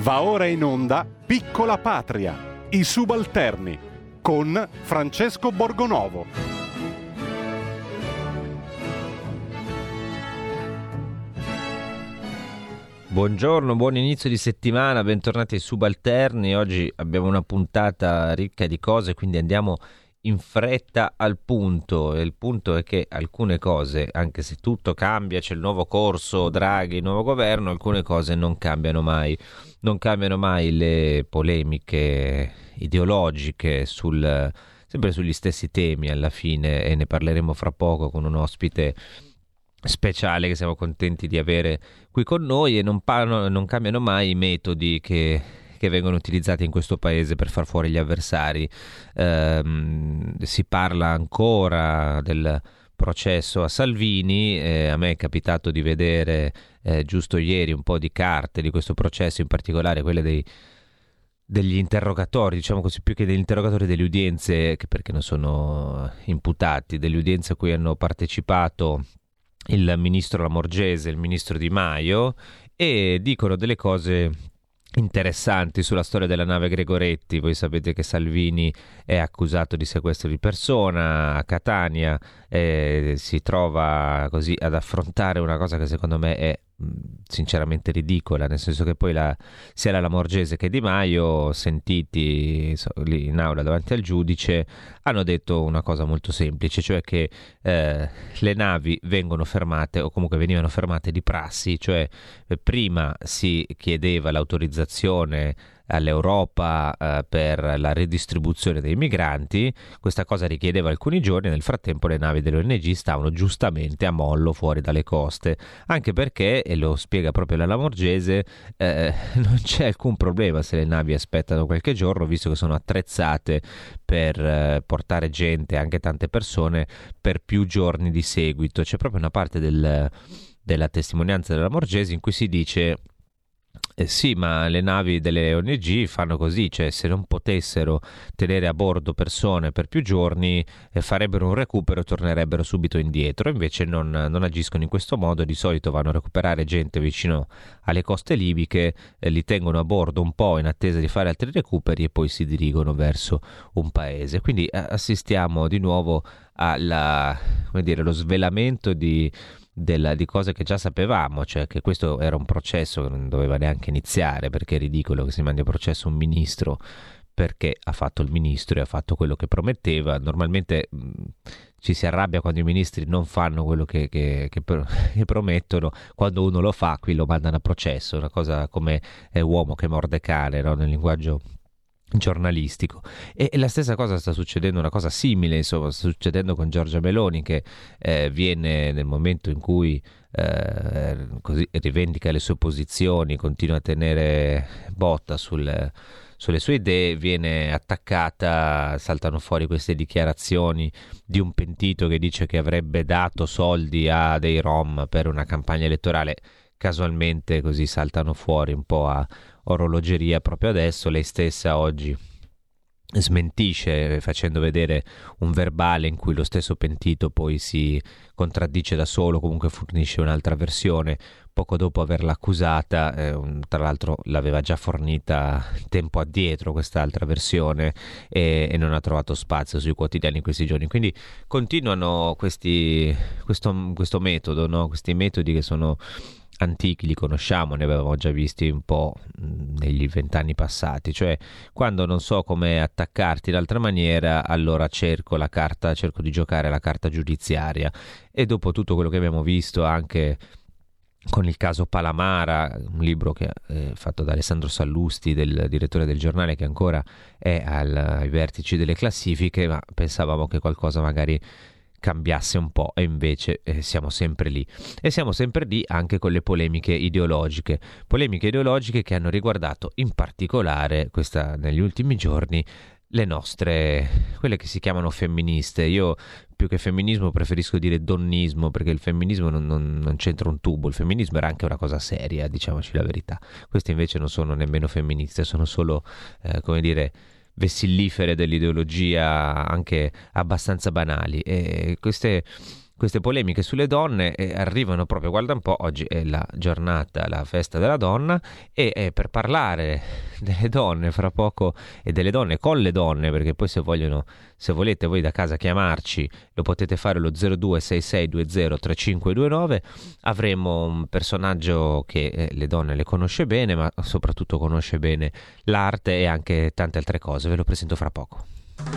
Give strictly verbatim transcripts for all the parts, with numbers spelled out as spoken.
Va ora in onda Piccola Patria, i subalterni, con Francesco Borgonovo. Buongiorno, buon inizio di settimana, bentornati ai subalterni. Oggi abbiamo una puntata ricca di cose, quindi andiamo in fretta al punto. E il punto è che alcune cose, anche se tutto cambia, c'è il nuovo corso Draghi, il nuovo governo, alcune cose non cambiano mai. Non cambiano mai le polemiche ideologiche sul, sempre sugli stessi temi alla fine, e ne parleremo fra poco con un ospite speciale che siamo contenti di avere qui con noi. E non, parlano, non cambiano mai i metodi che, che vengono utilizzati in questo paese per far fuori gli avversari. Ehm, si parla ancora del processo a Salvini. Eh, a me è capitato di vedere eh, giusto ieri un po' di carte di questo processo, in particolare quelle dei degli interrogatori, diciamo così, più che degli interrogatori, delle udienze, che perché non sono imputati, delle udienze a cui hanno partecipato il ministro Lamorgese e il ministro Di Maio, e dicono delle cose interessanti sulla storia della nave Gregoretti. Voi sapete che Salvini è accusato di sequestro di persona a Catania, e si trova così ad affrontare una cosa che secondo me è sinceramente ridicola, nel senso che poi la, sia la Lamorgese che Di Maio, sentiti so, lì in aula davanti al giudice, hanno detto una cosa molto semplice, cioè che eh, le navi vengono fermate, o comunque venivano fermate di prassi, cioè eh, prima si chiedeva l'autorizzazione all'Europa eh, per la redistribuzione dei migranti. Questa cosa richiedeva alcuni giorni, nel frattempo le navi dell'O N G stavano giustamente a mollo fuori dalle coste, anche perché, e lo spiega proprio la Lamorgese, eh, non c'è alcun problema se le navi aspettano qualche giorno, visto che sono attrezzate per eh, portare gente, anche tante persone, per più giorni di seguito. C'è proprio una parte del, della testimonianza della Lamorgese in cui si dice: Eh sì, ma le navi delle O N G fanno così, cioè se non potessero tenere a bordo persone per più giorni eh, farebbero un recupero e tornerebbero subito indietro. Invece non, non agiscono in questo modo, di solito vanno a recuperare gente vicino alle coste libiche, eh, li tengono a bordo un po' in attesa di fare altri recuperi e poi si dirigono verso un paese. Quindi eh, assistiamo di nuovo alla, come dire, lo svelamento di Della, di cose che già sapevamo, cioè che questo era un processo che non doveva neanche iniziare, perché è ridicolo che si mandi a processo un ministro perché ha fatto il ministro e ha fatto quello che prometteva. Normalmente mh, ci si arrabbia quando i ministri non fanno quello che, che, che, che promettono. Quando uno lo fa, qui lo mandano a processo, una cosa come è uomo che morde cane, no? Nel linguaggio giornalistico. E, e la stessa cosa sta succedendo, una cosa simile insomma sta succedendo con Giorgia Meloni, che eh, viene nel momento in cui eh, così rivendica le sue posizioni, continua a tenere botta sul, sulle sue idee, viene attaccata. Saltano fuori queste dichiarazioni di un pentito che dice che avrebbe dato soldi a dei rom per una campagna elettorale. Casualmente così saltano fuori un po' a orologeria proprio adesso. Lei stessa oggi smentisce facendo vedere un verbale in cui lo stesso pentito poi si contraddice da solo, comunque fornisce un'altra versione poco dopo averla accusata. Eh, tra l'altro l'aveva già fornita tempo addietro quest'altra versione, e, e non ha trovato spazio sui quotidiani in questi giorni. Quindi continuano questi, questo, questo metodo, no? Questi metodi che sono antichi, li conosciamo, ne avevamo già visti un po' negli vent'anni passati, cioè quando non so come attaccarti in altra maniera, allora cerco la carta, cerco di giocare la carta giudiziaria. E dopo tutto quello che abbiamo visto anche con il caso Palamara, un libro che è fatto da Alessandro Sallusti, del direttore del Giornale, che ancora è al, ai vertici delle classifiche, ma pensavamo che qualcosa magari cambiasse un po', e invece eh, siamo sempre lì. E siamo sempre lì anche con le polemiche ideologiche, polemiche ideologiche che hanno riguardato in particolare questa, negli ultimi giorni, le nostre, quelle che si chiamano femministe. Io più che femminismo preferisco dire donnismo, perché il femminismo non, non, non c'entra un tubo. Il femminismo era anche una cosa seria, diciamoci la verità. Queste invece non sono nemmeno femministe, sono solo eh, come dire vessillifere dell'ideologia, anche abbastanza banali. E queste queste polemiche sulle donne e arrivano proprio, guarda un po', oggi è la giornata, la festa della donna e eh, per parlare delle donne fra poco e delle donne con le donne, perché poi se vogliono, se volete voi da casa chiamarci lo potete fare allo zero due sei sei due zero tre cinque due nove, avremo un personaggio che eh, le donne le conosce bene, ma soprattutto conosce bene l'arte e anche tante altre cose, ve lo presento fra poco.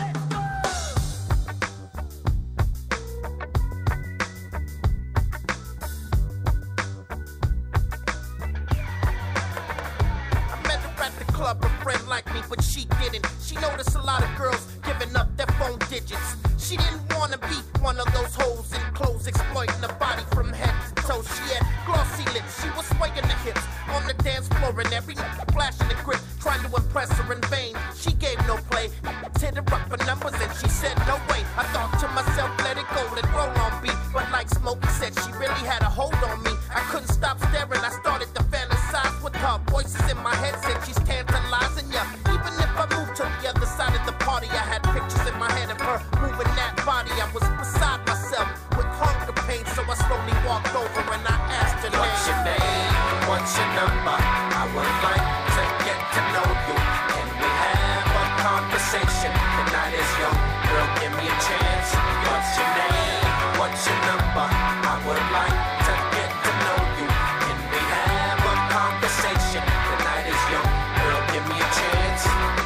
But she didn't. She noticed a lot of girls giving up their phone digits. She didn't want to be one of those hoes in clothes exploiting the body from head to toe. She had glossy lips, she was swaying the hips on the dance floor and every flashing the grip, trying to impress her in vain. She gave no play, hit her up for numbers and she said no way. I thought to myself, let it go, let it roll on beat. But like Smokey said, she really had a hold on me. I couldn't stop staring, I started to fantasize with her. Voices in my head said she's tantalizing ya. Even if I moved to the other side of the party, I had pictures in my head of her moving that body. I was beside myself with hunger pain, so I slowly walked over and I asked her, what's your name? What's your number? I would like to get to know you. Can we have a conversation? The night is young, girl, give me a chance. What's your name? What's your number? I would like to get to know you. Can we have a conversation? The night is young, girl, give me a chance.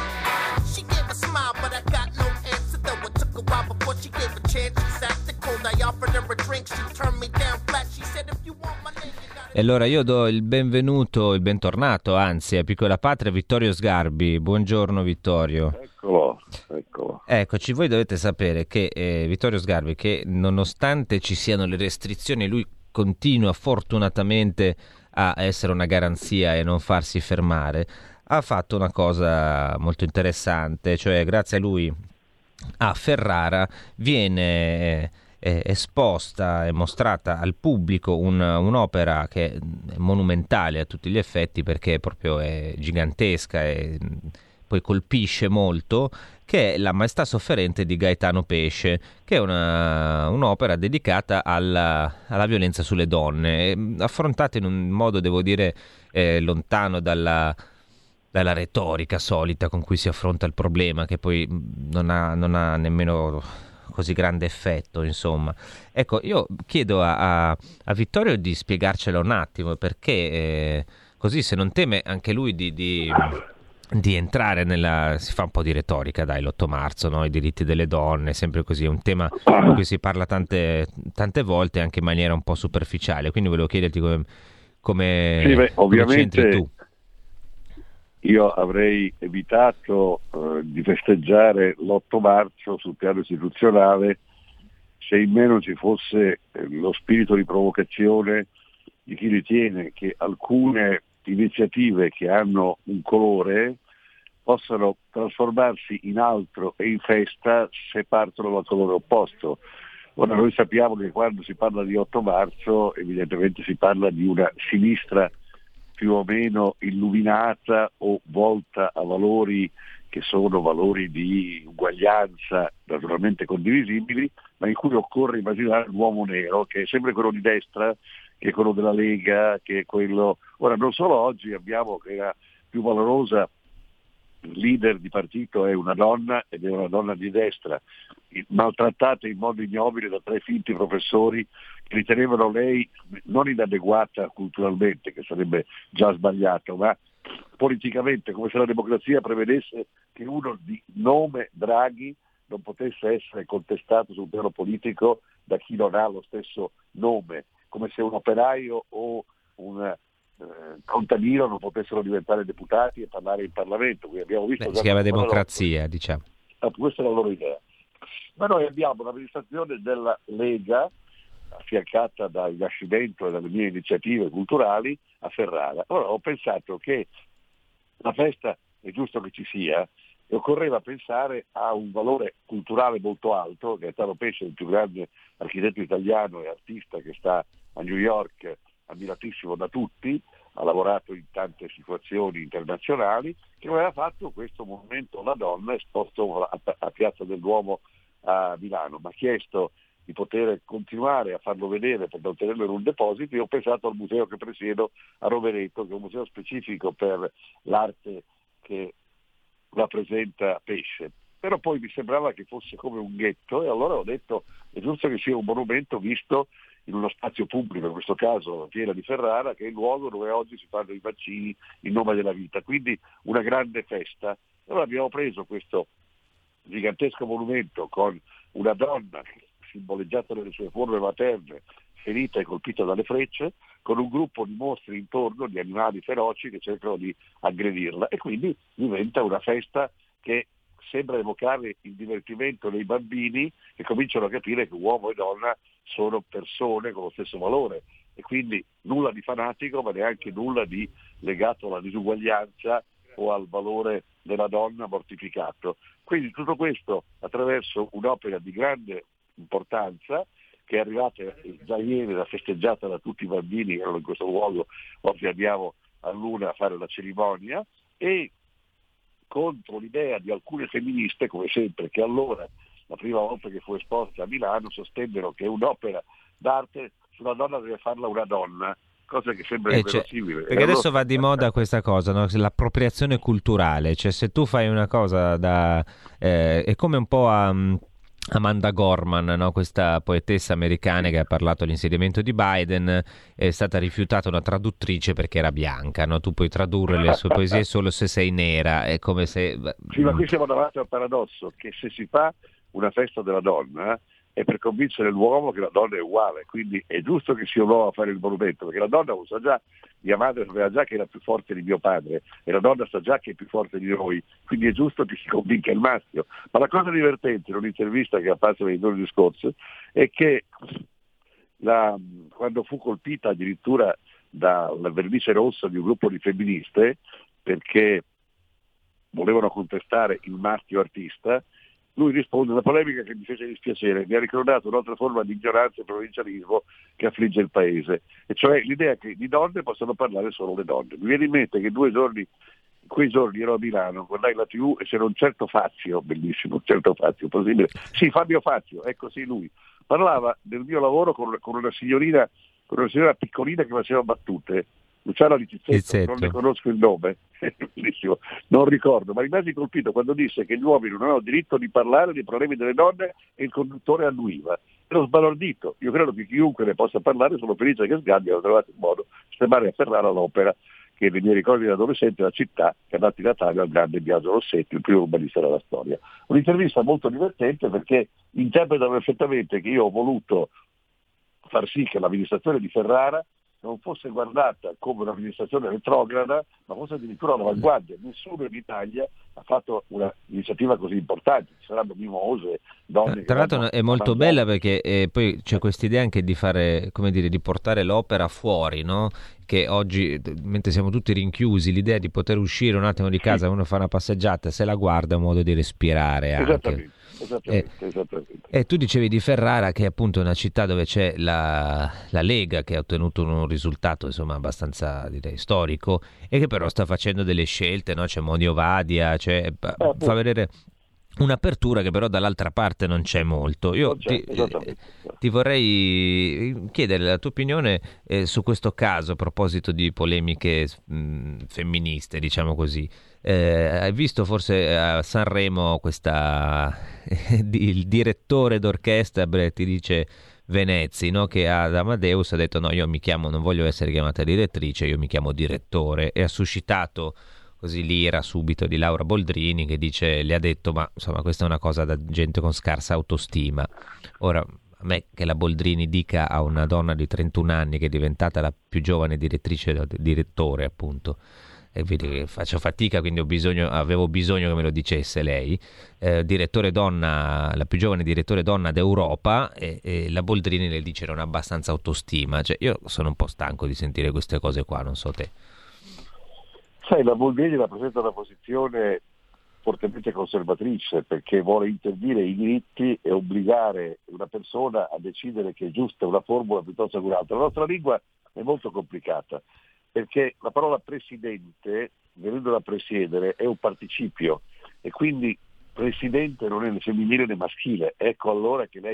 She gave a smile, but I got no answer though. It took a while before she gave a chance. She acted cold, I offered her a drink. She turned me down flat. She said, if you want my name, you gotta... E allora io do il benvenuto, il bentornato, anzi, a Piccola Patria, Vittorio Sgarbi. Buongiorno Vittorio. Eccolo, eccolo. Eccoci, voi dovete sapere che eh, Vittorio Sgarbi, che nonostante ci siano le restrizioni, lui continua fortunatamente a essere una garanzia e non farsi fermare, ha fatto una cosa molto interessante, cioè grazie a lui a Ferrara viene... è esposta e mostrata al pubblico un, un'opera che è monumentale a tutti gli effetti perché proprio è gigantesca e poi colpisce molto, che è La Maestà Sofferente di Gaetano Pesce, che è una, un'opera dedicata alla, alla violenza sulle donne, affrontata in un modo, devo dire, eh, lontano dalla, dalla retorica solita con cui si affronta il problema, che poi non ha, non ha nemmeno così grande effetto, insomma. Ecco, io chiedo a, a, a Vittorio di spiegarcelo un attimo, perché eh, così, se non teme anche lui di, di, di entrare nella... si fa un po' di retorica, dai, l'otto marzo, no? I diritti delle donne, sempre così, è un tema di cui si parla tante, tante volte anche in maniera un po' superficiale, quindi volevo chiederti come, come, sì, beh, come c'entri tu. Io avrei evitato eh, di festeggiare l'otto marzo sul piano istituzionale se in meno ci fosse eh, lo spirito di provocazione di chi ritiene che alcune iniziative che hanno un colore possano trasformarsi in altro e in festa se partono dal colore opposto. Ora noi sappiamo che quando si parla di otto marzo evidentemente si parla di una sinistra più o meno illuminata o volta a valori che sono valori di uguaglianza naturalmente condivisibili, ma in cui occorre immaginare l'uomo nero, che è sempre quello di destra, che è quello della Lega, che è quello... Ora non solo oggi abbiamo che la più valorosa leader di partito è una donna ed è una donna di destra, maltrattata in modo ignobile da tre finti professori che ritenevano lei non inadeguata culturalmente, che sarebbe già sbagliato, ma politicamente, come se la democrazia prevedesse che uno di nome Draghi non potesse essere contestato sul piano politico da chi non ha lo stesso nome, come se un operaio o un Eh, contadino non potessero diventare deputati e parlare in Parlamento. Quindi abbiamo visto Beh, si chiama democrazia, loro, diciamo. Ah, questa è la loro idea. Ma noi abbiamo un'amministrazione della Lega affiancata dal Nascimento e dalle mie iniziative culturali a Ferrara. Allora ho pensato che la festa è giusto che ci sia e occorreva pensare a un valore culturale molto alto. Gaetano Pesce è il più grande architetto italiano e artista che sta a New York, ammiratissimo da tutti, ha lavorato in tante situazioni internazionali, che aveva fatto questo monumento alla donna esposto a, a Piazza del Duomo a Milano, mi ha chiesto di poter continuare a farlo vedere per non tenerlo in un deposito, io ho pensato al museo che presiedo a Rovereto, che è un museo specifico per l'arte che rappresenta pesce. Però poi mi sembrava che fosse come un ghetto, e allora ho detto è giusto che sia un monumento visto in uno spazio pubblico, in questo caso la Fiera di Ferrara, che è il luogo dove oggi si fanno i vaccini in nome della vita, quindi una grande festa. Allora abbiamo preso questo gigantesco monumento con una donna simboleggiata nelle sue forme materne, ferita e colpita dalle frecce, con un gruppo di mostri intorno, di animali feroci che cercano di aggredirla, e quindi diventa una festa che sembra evocare il divertimento dei bambini che cominciano a capire che uomo e donna sono persone con lo stesso valore, e quindi nulla di fanatico, ma neanche nulla di legato alla disuguaglianza o al valore della donna mortificato. Quindi tutto questo attraverso un'opera di grande importanza che è arrivata già ieri, era festeggiata da tutti i bambini che erano in questo luogo. Oggi andiamo a Luna a fare la cerimonia, e contro l'idea di alcune femministe, come sempre, che allora, la prima volta che fu esposta a Milano, sostennero che un'opera d'arte sulla donna deve farla una donna, cosa che sembra Eh, inverosimile. cioè, perché adesso va di moda questa cosa, no? L'appropriazione culturale, cioè se tu fai una cosa da... Eh, è come un po' a... Amanda Gorman, no? Questa poetessa americana che ha parlato dell'insediamento di Biden, è stata rifiutata una traduttrice perché era bianca, no? Tu puoi tradurre le sue poesie solo se sei nera, è come se... Sì, ma qui siamo davanti al paradosso che se si fa una festa della donna è per convincere l'uomo che la donna è uguale, quindi è giusto che sia un uomo a fare il monumento, perché la donna lo sa già, mia madre sapeva già che era più forte di mio padre e la donna sa già che è più forte di noi, quindi è giusto che si convinca il maschio. Ma la cosa divertente in un'intervista che ha fatto nei giorni scorsi è che la, quando fu colpita addirittura dalla vernice rossa di un gruppo di femministe perché volevano contestare il maschio artista, lui risponde a una polemica che mi fece dispiacere, mi ha ricordato un'altra forma di ignoranza e provincialismo che affligge il paese, e cioè l'idea che di donne possono parlare solo le donne. Mi viene in mente che due giorni, in quei giorni ero a Milano, guardai la tivù e c'era un certo Fazio, bellissimo, un certo Fazio, possibile, sì, Fabio Fazio, ecco sì lui, parlava del mio lavoro con, con una signorina, con una signora piccolina che faceva battute, Luciana di Cizzetto, non ne conosco il nome, bellissimo, non ricordo, ma rimasi colpito quando disse che gli uomini non avevano diritto di parlare dei problemi delle donne e il conduttore annuiva. Ero sbalordito, io credo che chiunque ne possa parlare, sono felice che Sgarbi abbia trovato il modo di fermare a Ferrara l'opera che nei miei ricordi da adolescente è la città che ha dato in Italia al grande Biagio Rossetti, il primo urbanista della storia. Un'intervista molto divertente perché interpreta perfettamente che io ho voluto far sì che l'amministrazione di Ferrara non fosse guardata come un'amministrazione retrograda, ma fosse addirittura all'avanguardia. Nessuno in Italia ha fatto un'iniziativa così importante, ci saranno mimose, donne. Tra l'altro è molto bella perché eh, poi c'è quest'idea anche di fare, come dire, di portare l'opera fuori, no? Che oggi, mentre siamo tutti rinchiusi, l'idea di poter uscire un attimo di casa, sì, uno fa una passeggiata, se la guarda è un modo di respirare anche. Esattamente. Esattamente, eh, esattamente. E tu dicevi di Ferrara, che è appunto una città dove c'è la, la Lega, che ha ottenuto un risultato insomma abbastanza, direi, storico, e che però sta facendo delle scelte, no? C'è Monio Vadia, c'è, eh, fa vedere un'apertura che però dall'altra parte non c'è molto. Io c'è, ti, ti vorrei chiedere la tua opinione eh, su questo caso a proposito di polemiche mh, femministe, diciamo così. Eh, hai visto forse a Sanremo questa il direttore d'orchestra, beh, ti dice Venezzi, no? Che ad Amadeus ha detto no, io mi chiamo, non voglio essere chiamata direttrice, io mi chiamo direttore, e ha suscitato così l'ira subito di Laura Boldrini, che dice, le ha detto ma insomma questa è una cosa da gente con scarsa autostima. Ora, a me che la Boldrini dica a una donna di trentuno anni che è diventata la più giovane direttrice, direttore appunto, e vedi che faccio fatica, quindi ho bisogno, avevo bisogno che me lo dicesse lei, eh, direttore donna, la più giovane direttore donna d'Europa, e, e la Boldrini le dice non ha abbastanza autostima. Cioè, io sono un po' stanco di sentire queste cose qua, non so te. Sai, la Boldrini rappresenta una posizione fortemente conservatrice perché vuole interdire i diritti e obbligare una persona a decidere che è giusta una formula piuttosto che un'altra. La nostra lingua è molto complicata perché la parola presidente, venendo da presiedere, è un participio e quindi presidente non è né femminile né maschile. Ecco allora che lei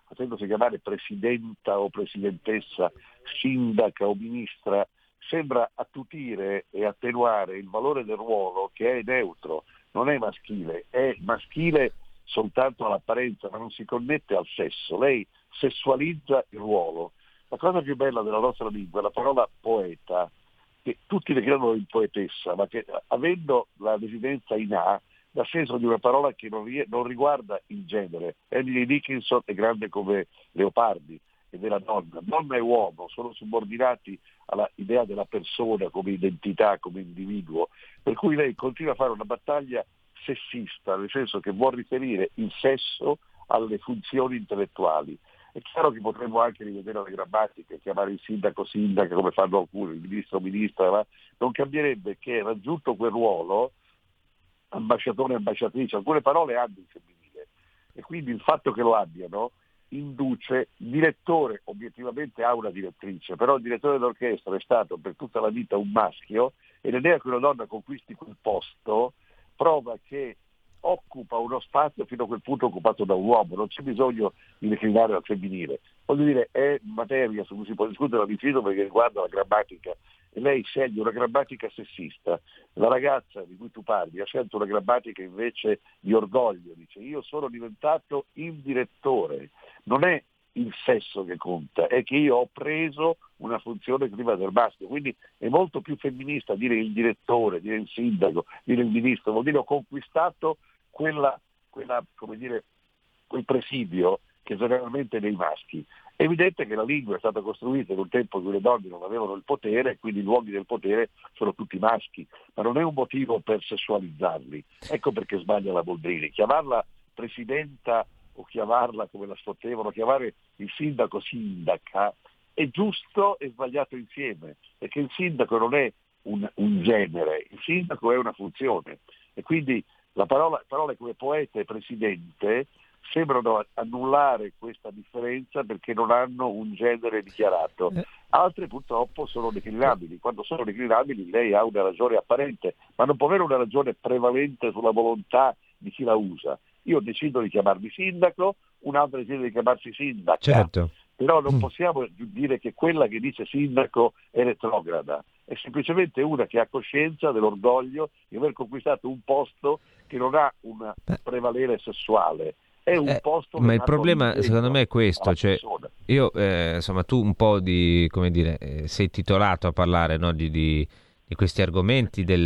facendosi chiamare presidenta o presidentessa, sindaca o ministra, sembra attutire e attenuare il valore del ruolo, che è neutro, non è maschile, è maschile soltanto all'apparenza, ma non si connette al sesso. Lei sessualizza il ruolo. La cosa più bella della nostra lingua è la parola poeta, che tutti le chiamano in poetessa, ma che avendo la residenza in A dà senso di una parola che non, ri- non riguarda il genere. Emily Dickinson è grande come Leopardi ed è la donna. Donna e uomo sono subordinati all'idea della persona come identità, come individuo, per cui lei continua a fare una battaglia sessista, nel senso che vuol riferire il sesso alle funzioni intellettuali. È chiaro che potremmo anche rivedere le grammatiche, chiamare il sindaco sindaca come fanno alcuni, il ministro ministra, ma non cambierebbe che raggiunto quel ruolo, ambasciatore e ambasciatrice, alcune parole hanno il femminile e quindi il fatto che lo abbiano induce, direttore obiettivamente ha una direttrice, però il direttore d'orchestra è stato per tutta la vita un maschio e l'idea che una donna conquisti quel posto prova che occupa uno spazio fino a quel punto occupato da un uomo, non c'è bisogno di declinare al femminile. Voglio dire, è materia su cui si può discutere all'infinito perché riguarda la grammatica e lei sceglie una grammatica sessista. La ragazza di cui tu parli ha scelto una grammatica invece di orgoglio, dice io sono diventato il direttore, non è il sesso che conta, è che io ho preso una funzione prima del maschio, quindi è molto più femminista dire il direttore, dire il sindaco, dire il ministro, vuol dire ho conquistato quella, quella come dire, quel presidio che generalmente è dei maschi. È evidente che la lingua è stata costruita in un tempo in cui le donne non avevano il potere e quindi i luoghi del potere sono tutti maschi, ma non è un motivo per sessualizzarli. Ecco perché sbaglia la Boldrini. Chiamarla presidenta o chiamarla come la sfottevano, chiamare il sindaco sindaca è giusto e sbagliato insieme, perché il sindaco non è un, un genere, il sindaco è una funzione e quindi la parola, parole come poeta e presidente sembrano annullare questa differenza perché non hanno un genere dichiarato. Altre purtroppo sono declinabili. Quando sono declinabili lei ha una ragione apparente, ma non può avere una ragione prevalente sulla volontà di chi la usa. Io decido di chiamarmi sindaco, un altro decide di chiamarsi sindaca. Certo. Però non possiamo dire che quella che dice sindaco è retrograda, è semplicemente una che ha coscienza dell'orgoglio di aver conquistato un posto che non ha un prevalere sessuale. È un eh, posto ma il problema secondo me è questo, cioè io eh, insomma tu un po' di come dire eh, sei titolato a parlare, no, di, di, di questi argomenti del,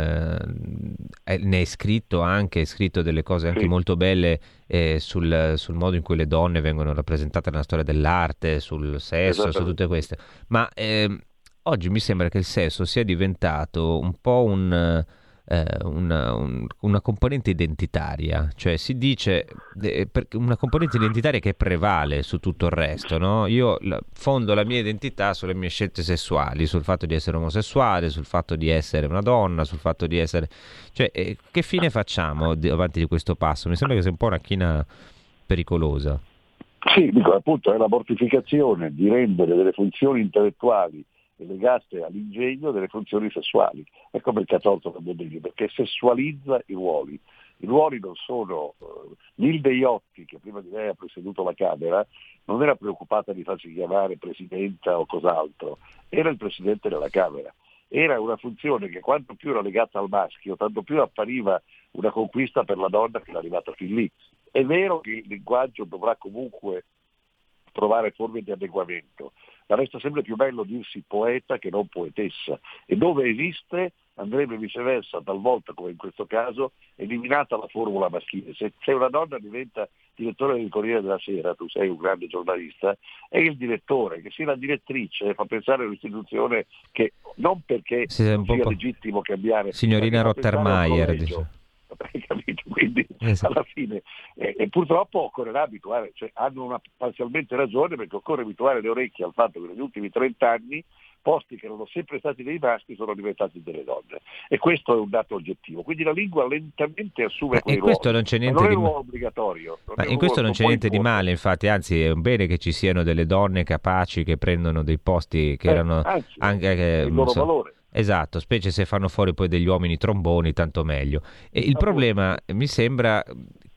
eh, ne hai scritto anche hai scritto delle cose anche sì. molto belle eh, sul, sul modo in cui le donne vengono rappresentate nella storia dell'arte, sul sesso, su tutte queste, ma eh, oggi mi sembra che il sesso sia diventato un po' un Eh, una, un, una componente identitaria, cioè si dice eh, per, una componente identitaria che prevale su tutto il resto, no? Io la, fondo la mia identità sulle mie scelte sessuali, sul fatto di essere omosessuale, sul fatto di essere una donna, sul fatto di essere, cioè eh, che fine facciamo di, avanti di questo passo? Mi sembra che sia un po' una china pericolosa. Sì, dico appunto è la mortificazione di rendere delle funzioni intellettuali legate all'ingegno delle funzioni sessuali. Ecco perché ha tolto la Boldrini, perché sessualizza i ruoli. I ruoli non sono uh, Nilde Iotti, che prima di lei ha presieduto la Camera, non era preoccupata di farsi chiamare presidenta o cos'altro, era il presidente della Camera. Era una funzione che quanto più era legata al maschio, tanto più appariva una conquista per la donna che era arrivata fin lì. È vero che il linguaggio dovrà comunque trovare forme di adeguamento, ma resta sempre più bello dirsi poeta che non poetessa, e dove esiste andrebbe viceversa talvolta, come in questo caso, eliminata la formula maschile. Se, se una donna diventa direttore del Corriere della Sera, tu sei un grande giornalista, è il direttore, che sia la direttrice fa pensare all'istituzione che non perché sì, non sia legittimo cambiare signorina Rottermeier, hai capito? Quindi esatto. alla fine eh, e purtroppo occorrerà abituare, cioè hanno una parzialmente ragione, perché occorre abituare le orecchie al fatto che negli ultimi trent'anni posti che erano sempre stati dei maschi sono diventati delle donne, e questo è un dato oggettivo. Quindi la lingua lentamente assume ma quei in questo ruoli. non c'è niente non è di un ma... ruolo obbligatorio, non ma è in un questo ruolo, non c'è non niente di imporre. male, infatti, anzi è un bene che ci siano delle donne capaci che prendono dei posti che eh, erano anzi, anche che, il loro so, valore. esatto, specie se fanno fuori poi degli uomini tromboni, tanto meglio. E il Ah, problema mi sembra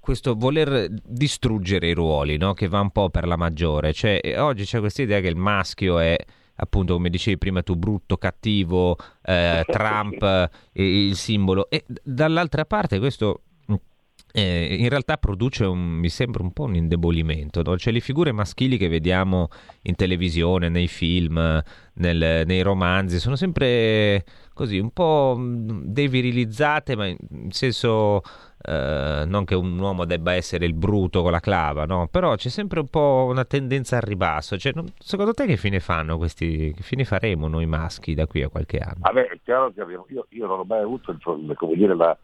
questo voler distruggere i ruoli, no? Che va un po' per la maggiore. Cioè, oggi c'è questa idea che il maschio è, appunto, come dicevi prima tu, brutto, cattivo, eh, Trump, eh, il simbolo. E dall'altra parte questo eh, in realtà produce, un, mi sembra, un po' un indebolimento, no? Cioè le figure maschili che vediamo in televisione, nei film, nel, nei romanzi, sono sempre così, un po' devirilizzate, ma in senso... Uh, non che un uomo debba essere il bruto con la clava, no? Però c'è sempre un po' una tendenza al ribasso. Cioè, non, secondo te che fine fanno questi? Che fine faremo noi maschi da qui a qualche anno? Vabbè, è chiaro che abbiamo, io, io non ho mai avuto, come dire, la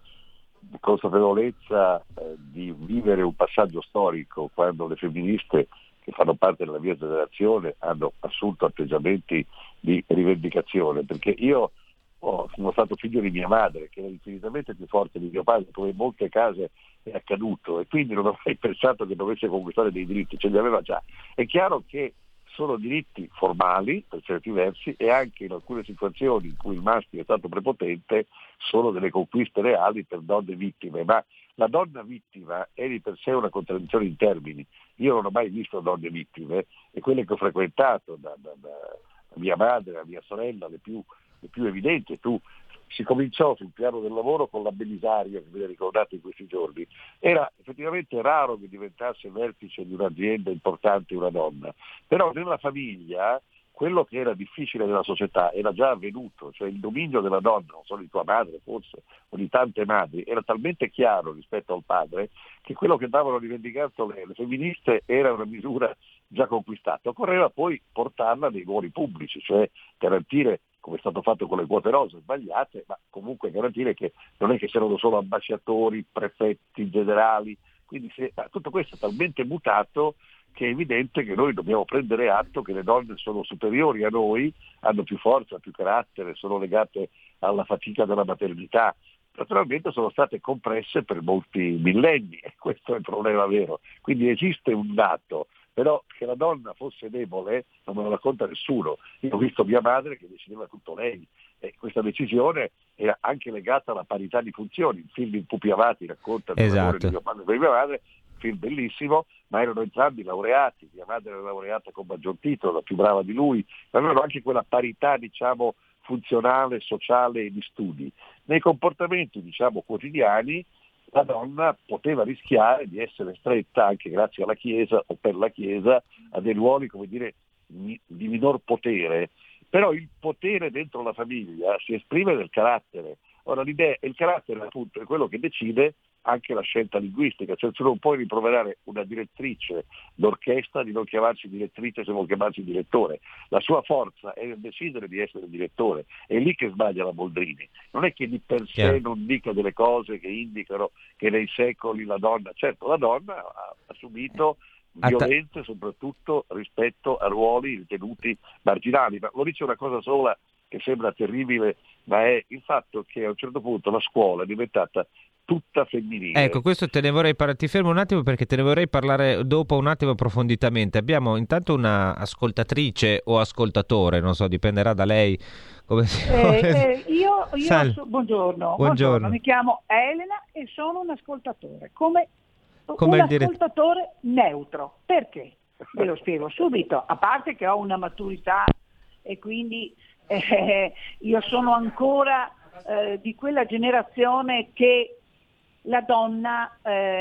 consapevolezza eh, di vivere un passaggio storico quando le femministe che fanno parte della mia generazione hanno assunto atteggiamenti di rivendicazione, perché io Oh, sono stato figlio di mia madre, che era infinitamente più forte di mio padre, come in molte case è accaduto, e quindi non ho mai pensato che dovesse conquistare dei diritti, ce li aveva già. È chiaro che sono diritti formali, per certi versi, e anche in alcune situazioni in cui il maschio è stato prepotente sono delle conquiste reali per donne vittime, ma la donna vittima è di per sé una contraddizione in termini. Io non ho mai visto donne vittime, e quelle che ho frequentato, da, da, da mia madre, a mia sorella, le più le più evidenti. Tu si cominciò sul piano del lavoro con la Belisario, che vi ricordate in questi giorni. Era effettivamente raro che diventasse vertice di un'azienda importante una donna, però nella famiglia quello che era difficile nella società era già avvenuto, cioè il dominio della donna, non solo di tua madre forse, o di tante madri, era talmente chiaro rispetto al padre che quello che davano rivendicato le, le femministe era una misura già conquistata. Occorreva poi portarla nei ruoli pubblici, cioè garantire, come è stato fatto con le quote rosa, sbagliate, ma comunque garantire che non è che siano solo ambasciatori, prefetti, generali. Quindi se, tutto questo è talmente mutato che è evidente che noi dobbiamo prendere atto che le donne sono superiori a noi, hanno più forza, più carattere, sono legate alla fatica della maternità. Naturalmente sono state compresse per molti millenni, e questo è il problema vero. Quindi esiste un dato, però che la donna fosse debole non me lo racconta nessuno. Io ho visto mia madre che decideva tutto lei, e questa decisione era anche legata alla parità di funzioni. Il film in Pupi Avati racconta il lavoro di mio padre e di mia madre, film bellissimo, ma erano entrambi laureati. Mia madre era laureata con maggior titolo, la più brava di lui, ma avevano anche quella parità, diciamo, funzionale, sociale e di studi. Nei comportamenti, diciamo, quotidiani, la donna poteva rischiare di essere stretta, anche grazie alla Chiesa o per la Chiesa, a dei ruoli, come dire, di minor potere. Però il potere dentro la famiglia si esprime nel carattere. Ora l'idea, il carattere appunto è quello che decide anche la scelta linguistica, cioè tu non puoi rimproverare una direttrice d'orchestra di non chiamarsi direttrice se vuol chiamarsi direttore. La sua forza è nel decidere di essere direttore, è lì che sbaglia la Boldrini. Non è che di per sé yeah. non dica delle cose che indicano che nei secoli la donna, certo la donna ha, ha subito violenze Atta- soprattutto rispetto a ruoli ritenuti marginali, ma lo dice una cosa sola che sembra terribile, ma è il fatto che a un certo punto la scuola è diventata tutta femminile. Ecco, questo te ne vorrei parlare, ti fermo un attimo perché te ne vorrei parlare dopo un attimo approfonditamente. Abbiamo intanto una ascoltatrice o ascoltatore, non so, dipenderà da lei. Come si eh, eh, io, io Sal- so, buongiorno, buongiorno, buongiorno, mi chiamo Elena e sono un ascoltatore, come, come un il dire- ascoltatore neutro. Perché? Ve lo spiego subito, a parte che ho una maturità e quindi eh, io sono ancora eh, di quella generazione che la donna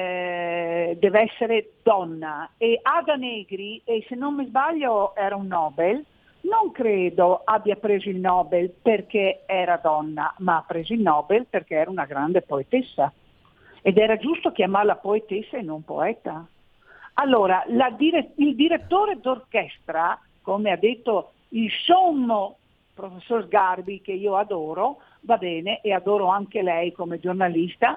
eh, deve essere donna, e Ada Negri, e se non mi sbaglio era un Nobel, non credo abbia preso il Nobel perché era donna, ma ha preso il Nobel perché era una grande poetessa, ed era giusto chiamarla poetessa e non poeta. Allora, la dire- il direttore d'orchestra, come ha detto il sommo professor Sgarbi, che io adoro, va bene, e adoro anche lei come giornalista,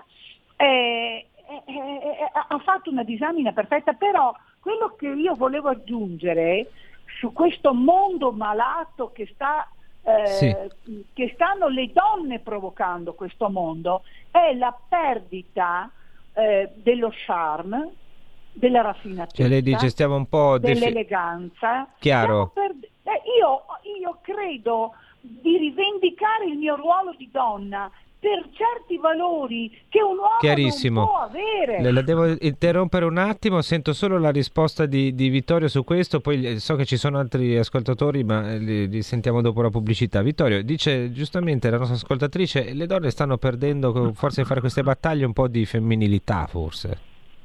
eh, eh, eh, ha fatto una disamina perfetta, però quello che io volevo aggiungere su questo mondo malato che sta eh, sì. che stanno le donne provocando questo mondo è la perdita eh, dello charme, della raffinatezza, cioè lei dice stiamo un po' dell'eleganza. Chiaro. Perd- eh, io, io credo di rivendicare il mio ruolo di donna, per certi valori che un uomo Chiarissimo. non può avere. Le, la devo interrompere un attimo, sento solo la risposta di, di Vittorio su questo, poi so che ci sono altri ascoltatori, ma li, li sentiamo dopo la pubblicità. Vittorio, dice giustamente la nostra ascoltatrice, le donne stanno perdendo, forse a fare queste battaglie, un po' di femminilità forse.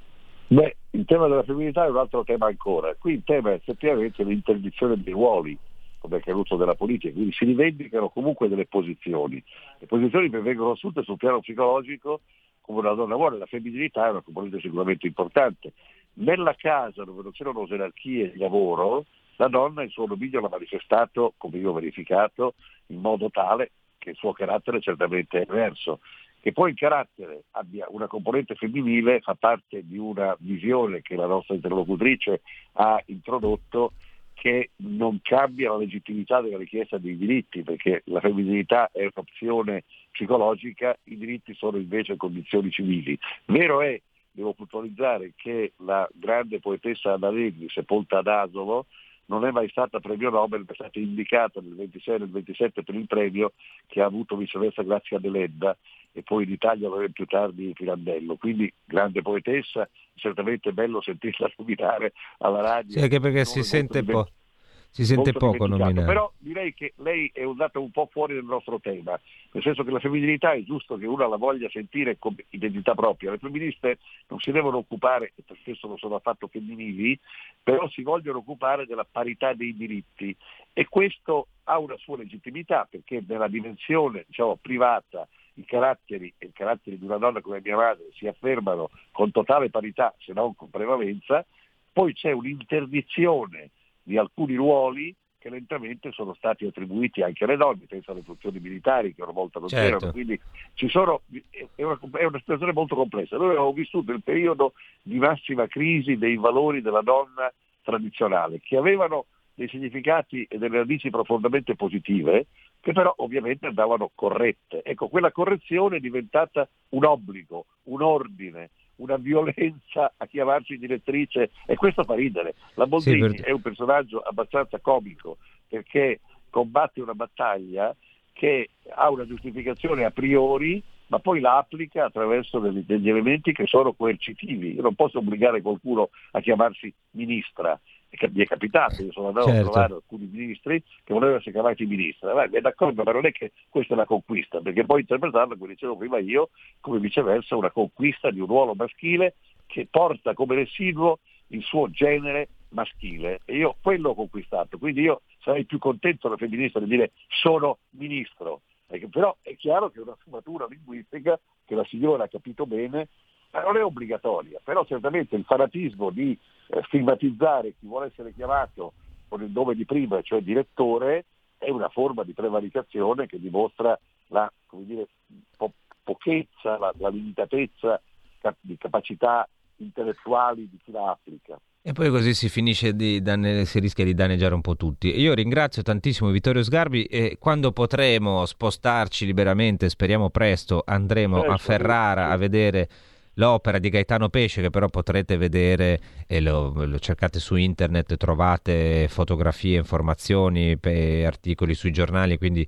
Beh, il tema della femminilità è un altro tema ancora. Qui il tema è effettivamente l'interdizione dei ruoli, come è accaduto della politica, quindi si rivendicano comunque delle posizioni. Le posizioni che vengono assunte sul piano psicologico come una donna vuole, la femminilità è una componente sicuramente importante. Nella casa dove non c'erano gerarchie di lavoro, la donna il suo dominio l'ha manifestato, come io ho verificato, in modo tale che il suo carattere certamente è diverso. Che poi il carattere abbia una componente femminile fa parte di una visione che la nostra interlocutrice ha introdotto, che non cambia la legittimità della richiesta dei diritti, perché la femminilità è un'opzione psicologica, i diritti sono invece condizioni civili. Vero è, devo puntualizzare, che la grande poetessa Anna Negri, sepolta ad Asolo, non è mai stata premio Nobel, è stata indicata nel ventisei e nel ventisette per il premio che ha avuto viceversa Grazia Deledda e poi in Italia più tardi Pirandello. Quindi grande poetessa, certamente bello sentirla nominare alla radio. Sì, anche perché si sente, po- si sente poco nominato. Però direi che lei è andata un po' fuori del nostro tema, nel senso che la femminilità è giusto che una la voglia sentire come identità propria. Le femministe non si devono occupare, e per spesso non sono affatto femminili, però si vogliono occupare della parità dei diritti, e questo ha una sua legittimità, perché nella dimensione, diciamo, privata i caratteri e i caratteri di una donna come mia madre si affermano con totale parità, se non con prevalenza. Poi c'è un'interdizione di alcuni ruoli che lentamente sono stati attribuiti anche alle donne, penso alle funzioni militari che una volta non certo. c'erano, quindi ci sono, è una, è una situazione molto complessa. Noi abbiamo vissuto il periodo di massima crisi dei valori della donna tradizionale, che avevano dei significati e delle radici profondamente positive, che però ovviamente andavano corrette. Ecco, quella correzione è diventata un obbligo, un ordine, una violenza a chiamarsi direttrice, e questo fa ridere. La Boldrini sì, per... è un personaggio abbastanza comico, perché combatte una battaglia che ha una giustificazione a priori, ma poi la applica attraverso degli, degli elementi che sono coercitivi. Io non posso obbligare qualcuno a chiamarsi ministra. Mi è capitato, io sono andato certo. a trovare alcuni ministri che volevano essere chiamati ministra. Vai, è d'accordo, ma non è che questa è una conquista, perché poi interpretarla, come dicevo prima io, come viceversa una conquista di un ruolo maschile che porta come residuo il suo genere maschile, e io quello ho conquistato. Quindi io sarei più contento da femminista di dire sono ministro, perché però è chiaro che è una sfumatura linguistica che la signora ha capito bene, ma non è obbligatoria. Però certamente il fanatismo di eh, stigmatizzare chi vuole essere chiamato con il nome di prima, cioè direttore, è una forma di prevaricazione che dimostra la, come dire, po- pochezza, la, la limitatezza cap- di capacità intellettuali di chi la applica. E poi così si finisce di danne- si rischia di danneggiare un po' tutti. Io ringrazio tantissimo Vittorio Sgarbi, e quando potremo spostarci liberamente, speriamo presto, andremo certo, a Ferrara sì. a vedere l'opera di Gaetano Pesce, che però potrete vedere, e lo, lo cercate su internet, trovate fotografie, informazioni, pe, articoli sui giornali, quindi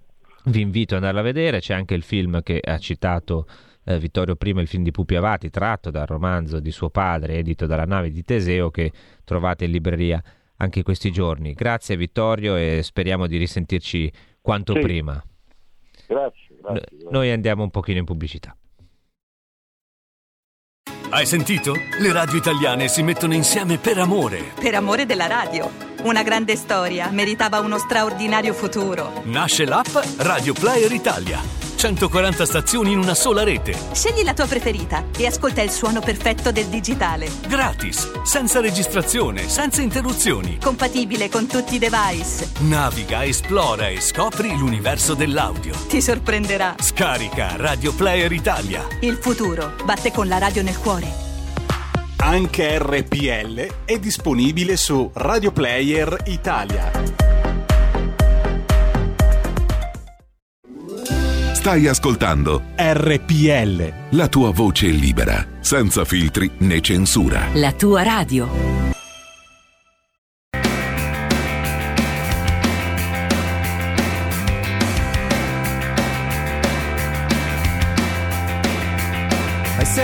vi invito ad andarla a vedere. C'è anche il film che ha citato eh, Vittorio prima, il film di Pupi Avati, tratto dal romanzo di suo padre, edito dalla Nave di Teseo, che trovate in libreria anche questi giorni. Grazie Vittorio, e speriamo di risentirci quanto sì. prima. Grazie, grazie, grazie. Noi andiamo un pochino in pubblicità. Hai sentito? Le radio italiane si mettono insieme per amore. Per amore della radio. Una grande storia meritava uno straordinario futuro. Nasce l'app Radio Player Italia. centoquaranta stazioni in una sola rete. Scegli la tua preferita e ascolta il suono perfetto del digitale. Gratis, senza registrazione, senza interruzioni. Compatibile con tutti i device. Naviga, esplora e scopri l'universo dell'audio. Ti sorprenderà. Scarica Radio Player Italia. Il futuro batte con la radio nel cuore. Anche R P L è disponibile su Radio Player Italia. Stai ascoltando R P L, la tua voce libera, senza filtri né censura. La tua radio.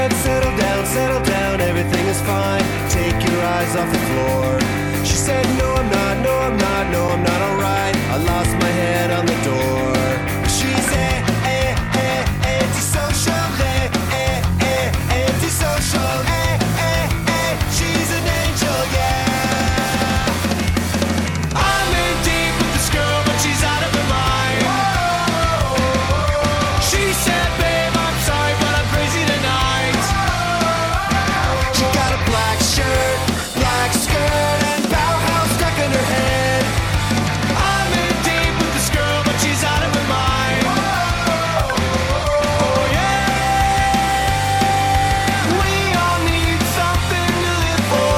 said, settle down, settle down, everything is fine. Take your eyes off the floor. She said, no, I'm not, no, I'm not, no, I'm not alright. I lost my head on the door. She's a, a, a, antisocial, a, a, a, antisocial, a, a, a, she's an angel, yeah. I'm in deep with this girl, but she's out of her mind. She said, babe, I'm sorry, but I'm crazy tonight. She got a black shirt, black skirt, and Bauhaus stuck in her head. I'm in deep with this girl, but she's out of her mind. Oh yeah, we all need something to live for.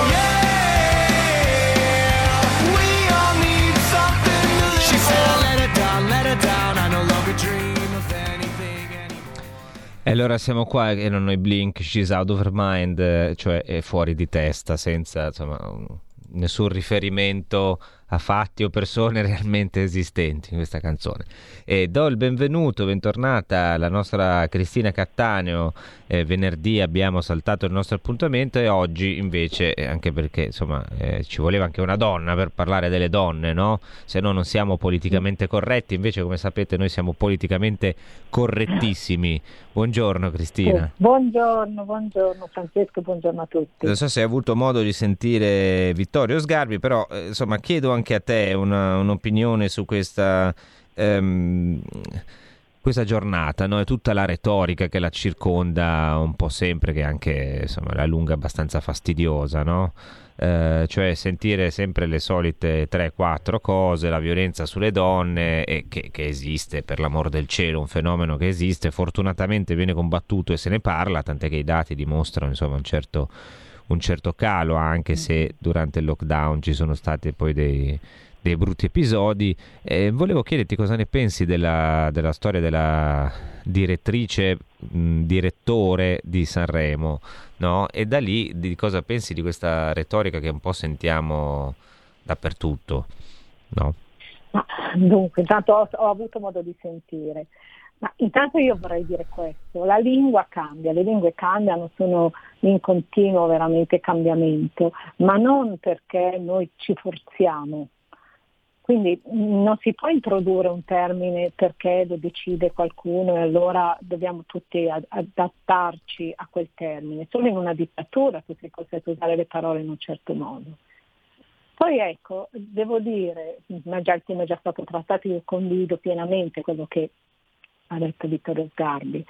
Yeah, we all need something to live for. She said, let it down, let it down, I no longer dream of anything anymore. E allora siamo qua, erano i Blink, She's Out of Her Mind, eh, cioè è fuori di testa, senza insomma un- nessun riferimento a fatti o persone realmente esistenti in questa canzone. E do il benvenuto, bentornata alla nostra Cristina Cattaneo. Eh, venerdì abbiamo saltato il nostro appuntamento e oggi invece, eh, anche perché insomma eh, ci voleva anche una donna per parlare delle donne, no? Se no non siamo politicamente corretti, invece come sapete noi siamo politicamente correttissimi. Buongiorno Cristina. Buongiorno, buongiorno Francesco, buongiorno a tutti. Non so se hai avuto modo di sentire Vittorio Sgarbi, però eh, insomma chiedo anche a te una- un'opinione su questa, ehm, questa giornata, no? E tutta la retorica che la circonda un po' sempre, che anche insomma la lunga abbastanza fastidiosa, no? Eh, cioè sentire sempre le solite tre quattro cose, la violenza sulle donne, e che, che esiste, per l'amor del cielo, un fenomeno che esiste, fortunatamente viene combattuto e se ne parla, tant'è che i dati dimostrano insomma un certo, un certo calo, anche se durante il lockdown ci sono stati poi dei, dei brutti episodi. Eh, volevo chiederti cosa ne pensi della, della storia della direttrice, mh, direttore di Sanremo, no? E da lì di cosa pensi di questa retorica che un po' sentiamo dappertutto, no? Ma, dunque, intanto ho, ho avuto modo di sentire. Ma intanto io vorrei dire questo, la lingua cambia, le lingue cambiano, sono in continuo veramente cambiamento, ma non perché noi ci forziamo. Quindi mh, non si può introdurre un termine perché lo decide qualcuno e allora dobbiamo tutti ad- adattarci a quel termine. Solo in una dittatura tu sei costretto a usare le parole in un certo modo. Poi ecco, devo dire, ma già il tema è già stato trattato, io condivido pienamente quello che ha detto Vittorio Sgarbi.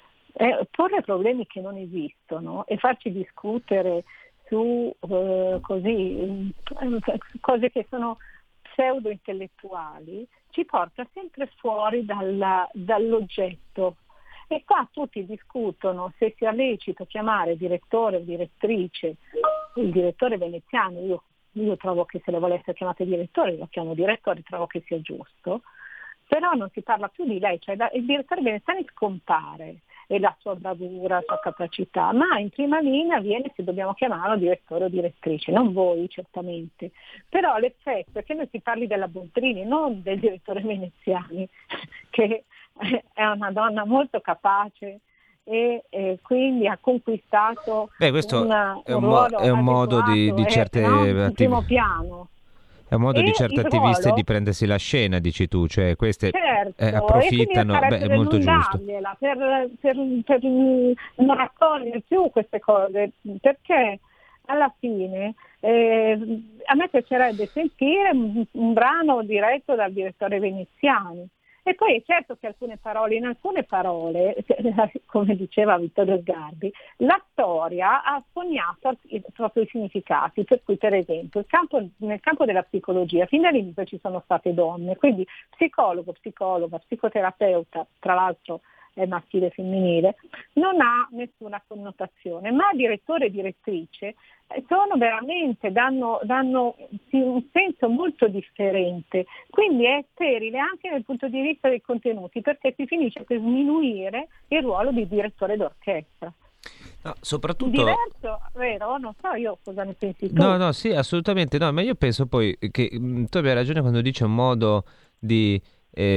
Eh, porre problemi che non esistono e farci discutere su eh, così eh, cose che sono pseudo intellettuali ci porta sempre fuori dalla- dall'oggetto. E qua tutti discutono se sia lecito chiamare direttore o direttrice il direttore veneziano. Io, io trovo che se le volesse chiamate direttore, lo chiamo direttore, trovo che sia giusto. Però non si parla più di lei, cioè da- il direttore veneziano scompare e la sua bravura, la sua capacità, ma in prima linea viene se dobbiamo chiamarlo direttore o direttrice, non voi certamente, però l'effetto è che noi si parli della Boldrini, non del direttore veneziani, che è una donna molto capace e, e quindi ha conquistato Beh, questo una- è un un, mo- ruolo è un modo di, adeguato di e, certe no, in attivi- primo piano. è un modo E di certe il attiviste ruolo- di prendersi la scena, dici tu, cioè queste Certo, eh, approfittano, e quindi beh, io è molto giusto. dargliela per, per, per non raccogliere più queste cose, perché alla fine eh, a me piacerebbe sentire un, un brano diretto dal direttore veneziani. E poi è certo che alcune parole, in alcune parole, come diceva Vittorio Sgarbi, la storia ha sognato i propri significati, per cui per esempio il campo, nel campo della psicologia fin dall'inizio ci sono state donne, quindi psicologo, psicologa, psicoterapeuta, tra l'altro è maschile e femminile, non ha nessuna connotazione, ma direttore e direttrice eh, sono veramente, danno, danno sì, un senso molto differente, quindi è sterile anche dal punto di vista dei contenuti, perché si finisce per sminuire il ruolo di direttore d'orchestra. No, soprattutto... Diverso, vero? Non so io cosa ne pensi tu. No, no, sì, assolutamente no, ma io penso poi che mh, tu abbia ragione quando dici un modo di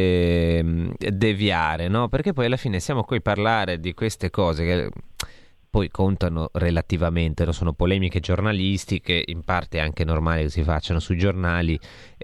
ehm, deviare, no? Perché poi alla fine siamo qui a parlare di queste cose che poi contano relativamente, no? Sono polemiche giornalistiche, in parte è anche normale che si facciano sui giornali,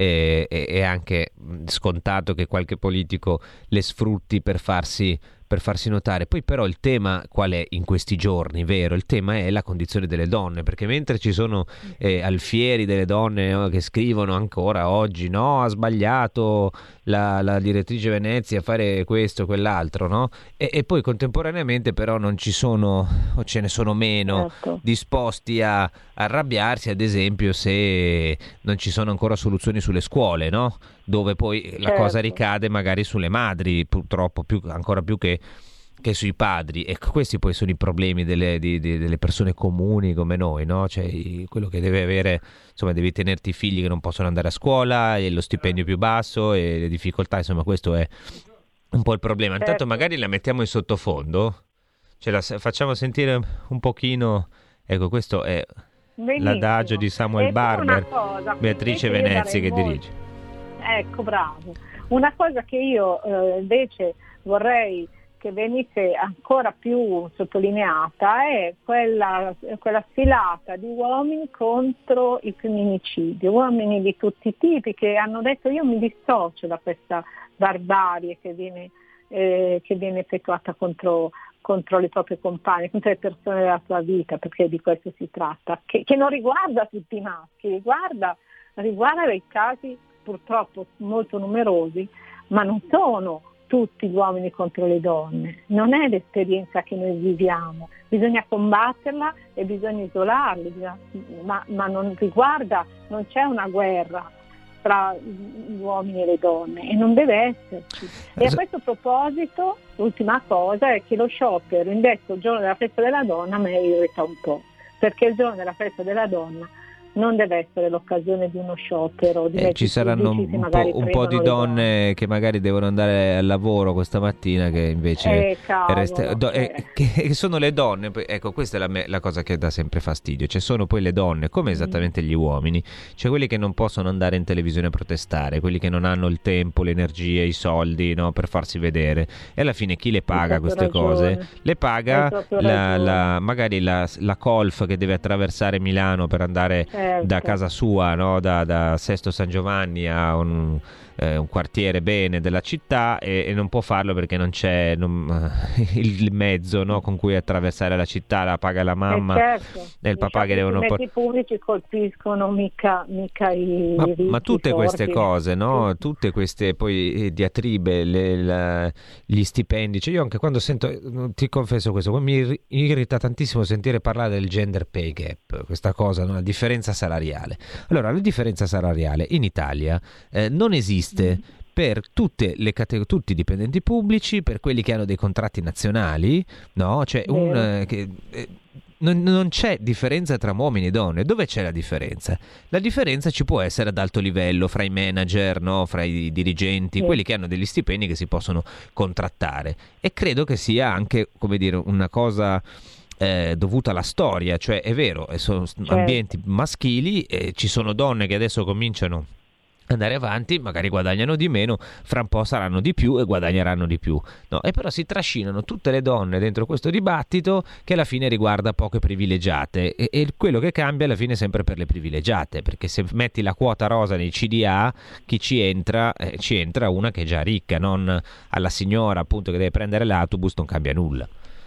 e è anche scontato che qualche politico le sfrutti per farsi per farsi notare. Poi però il tema qual è in questi giorni, vero? Il tema è la condizione delle donne, perché mentre ci sono eh, alfieri delle donne, no, che scrivono ancora oggi no, ha sbagliato la, la direttrice Venezia a fare questo, quell'altro, no? E, e poi contemporaneamente però non ci sono, o ce ne sono meno, certo, disposti a arrabbiarsi, ad esempio se non ci sono ancora soluzioni sulle scuole, no? Dove poi la certo. cosa ricade magari sulle madri, purtroppo più, ancora più che, che sui padri. E questi poi sono i problemi delle, di, di, delle persone comuni come noi, no? Cioè quello che deve avere, insomma, devi tenerti i figli che non possono andare a scuola, e lo stipendio più basso e le difficoltà, insomma questo è un po' il problema. Certo. Intanto magari la mettiamo in sottofondo, ce la facciamo sentire un pochino, ecco, questo è benissimo. L'adagio di Samuel e Barber, cosa, Beatrice Venezia che molto... dirige. Ecco, bravo. Una cosa che io eh, invece vorrei che venisse ancora più sottolineata è quella, quella sfilata di uomini contro il femminicidio, uomini di tutti i tipi che hanno detto io mi dissocio da questa barbarie che viene, eh, che viene effettuata contro, contro le proprie compagne, contro le persone della tua vita, perché di questo si tratta, che, che non riguarda tutti i maschi, riguarda, riguarda dei casi purtroppo molto numerosi, ma non sono tutti gli uomini contro le donne, non è l'esperienza che noi viviamo, bisogna combatterla e bisogna isolarli, ma, ma non riguarda, non c'è una guerra tra gli uomini e le donne e non deve esserci. E a questo proposito l'ultima cosa è che lo sciopero indetto il giorno della festa della donna a me irrita un po', perché il giorno della festa della donna non deve essere l'occasione di uno sciopero. Di eh, ci saranno un, un, po', un po' di donne, donne che magari devono andare al lavoro questa mattina che invece eh, cavolo, resta, do, eh, che sono le donne, ecco questa è la, me, la cosa che dà sempre fastidio, cioè sono poi le donne come esattamente gli uomini, cioè quelli che non possono andare in televisione a protestare, quelli che non hanno il tempo, le energie, i soldi, no, per farsi vedere, e alla fine chi le paga queste ragione. cose? Le paga la, la, magari la, la Colf che deve attraversare Milano per andare certo. da casa sua, no? da, da Sesto San Giovanni a un, eh, un quartiere bene della città e, e non può farlo perché non c'è non, il mezzo, no? con cui attraversare la città, la paga la mamma eh certo. e il papà che devono... I mezzi pubblici colpiscono mica, mica i ma, ricchi, ma tutte forti. Queste cose, no? Tutte queste poi diatribe, le, la, gli stipendi, cioè io anche quando sento, ti confesso questo, mi irrita tantissimo sentire parlare del gender pay gap, questa cosa, no? La differenza salariale. Allora, la differenza salariale in Italia eh, non esiste mm. per tutte le categorie, tutti i dipendenti pubblici, per quelli che hanno dei contratti nazionali, no? Cioè un, eh, che, eh, non, non c'è differenza tra uomini e donne. Dove c'è la differenza? La differenza ci può essere ad alto livello, fra i manager, no? Fra i dirigenti, sì. quelli che hanno degli stipendi che si possono contrattare. E credo che sia anche, come dire, una cosa... Eh, dovuta alla storia, cioè è vero, sono certo. ambienti maschili, eh, ci sono donne che adesso cominciano ad andare avanti, magari guadagnano di meno, fra un po' saranno di più e guadagneranno di più, no? E però si trascinano tutte le donne dentro questo dibattito che alla fine riguarda poche privilegiate e, e quello che cambia alla fine è sempre per le privilegiate, perché se metti la quota rosa nei C D A, chi ci entra, eh, ci entra una che è già ricca, non alla signora appunto che deve prendere l'autobus, non cambia nulla.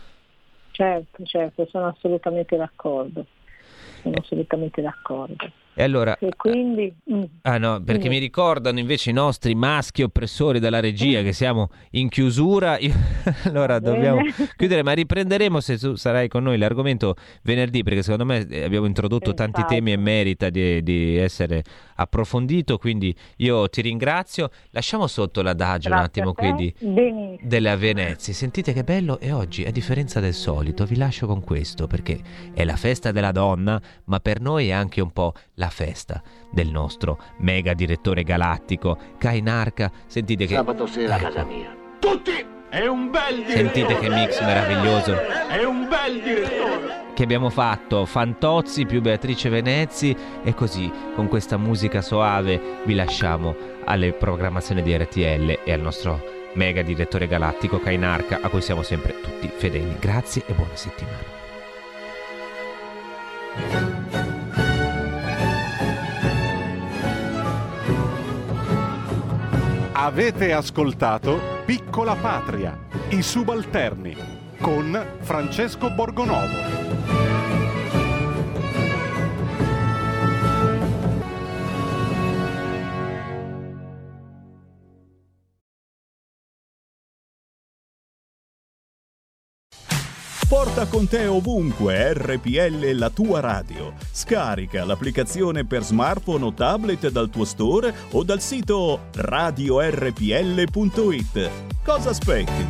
Certo, certo, sono assolutamente d'accordo, sono assolutamente d'accordo. E allora, e quindi, mm, ah no, perché mm. mi ricordano invece i nostri maschi oppressori dalla regia che siamo in chiusura. Io, allora dobbiamo chiudere, ma riprenderemo se tu sarai con noi l'argomento venerdì, perché secondo me abbiamo introdotto esatto. tanti temi e merita di, di essere approfondito. Quindi io ti ringrazio. Lasciamo sotto l'adagio un attimo quindi della Venezia. Sentite che bello, e oggi a differenza del solito vi lascio con questo, perché è la festa della donna, ma per noi è anche un po' la festa del nostro mega direttore galattico Kainarka. Sentite che sabato sera a casa mia tutti è un bel direttore. Sentite che mix meraviglioso è un bel direttore che abbiamo fatto, Fantozzi più Beatrice Venezzi, e così con questa musica soave vi lasciamo alle programmazioni di R T L e al nostro mega direttore galattico Kainarka, a cui siamo sempre tutti fedeli. Grazie e buona settimana. Avete ascoltato Piccola Patria, i subalterni, con Francesco Borgonovo. Porta con te ovunque R P L, la tua radio. Scarica l'applicazione per smartphone o tablet dal tuo store o dal sito radio erre pi elle punto it. Cosa aspetti?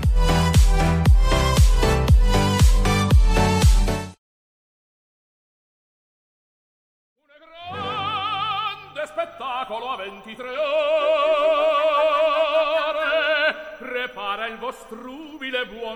Grande spettacolo a ventitré ore, prepara il vostro umile buon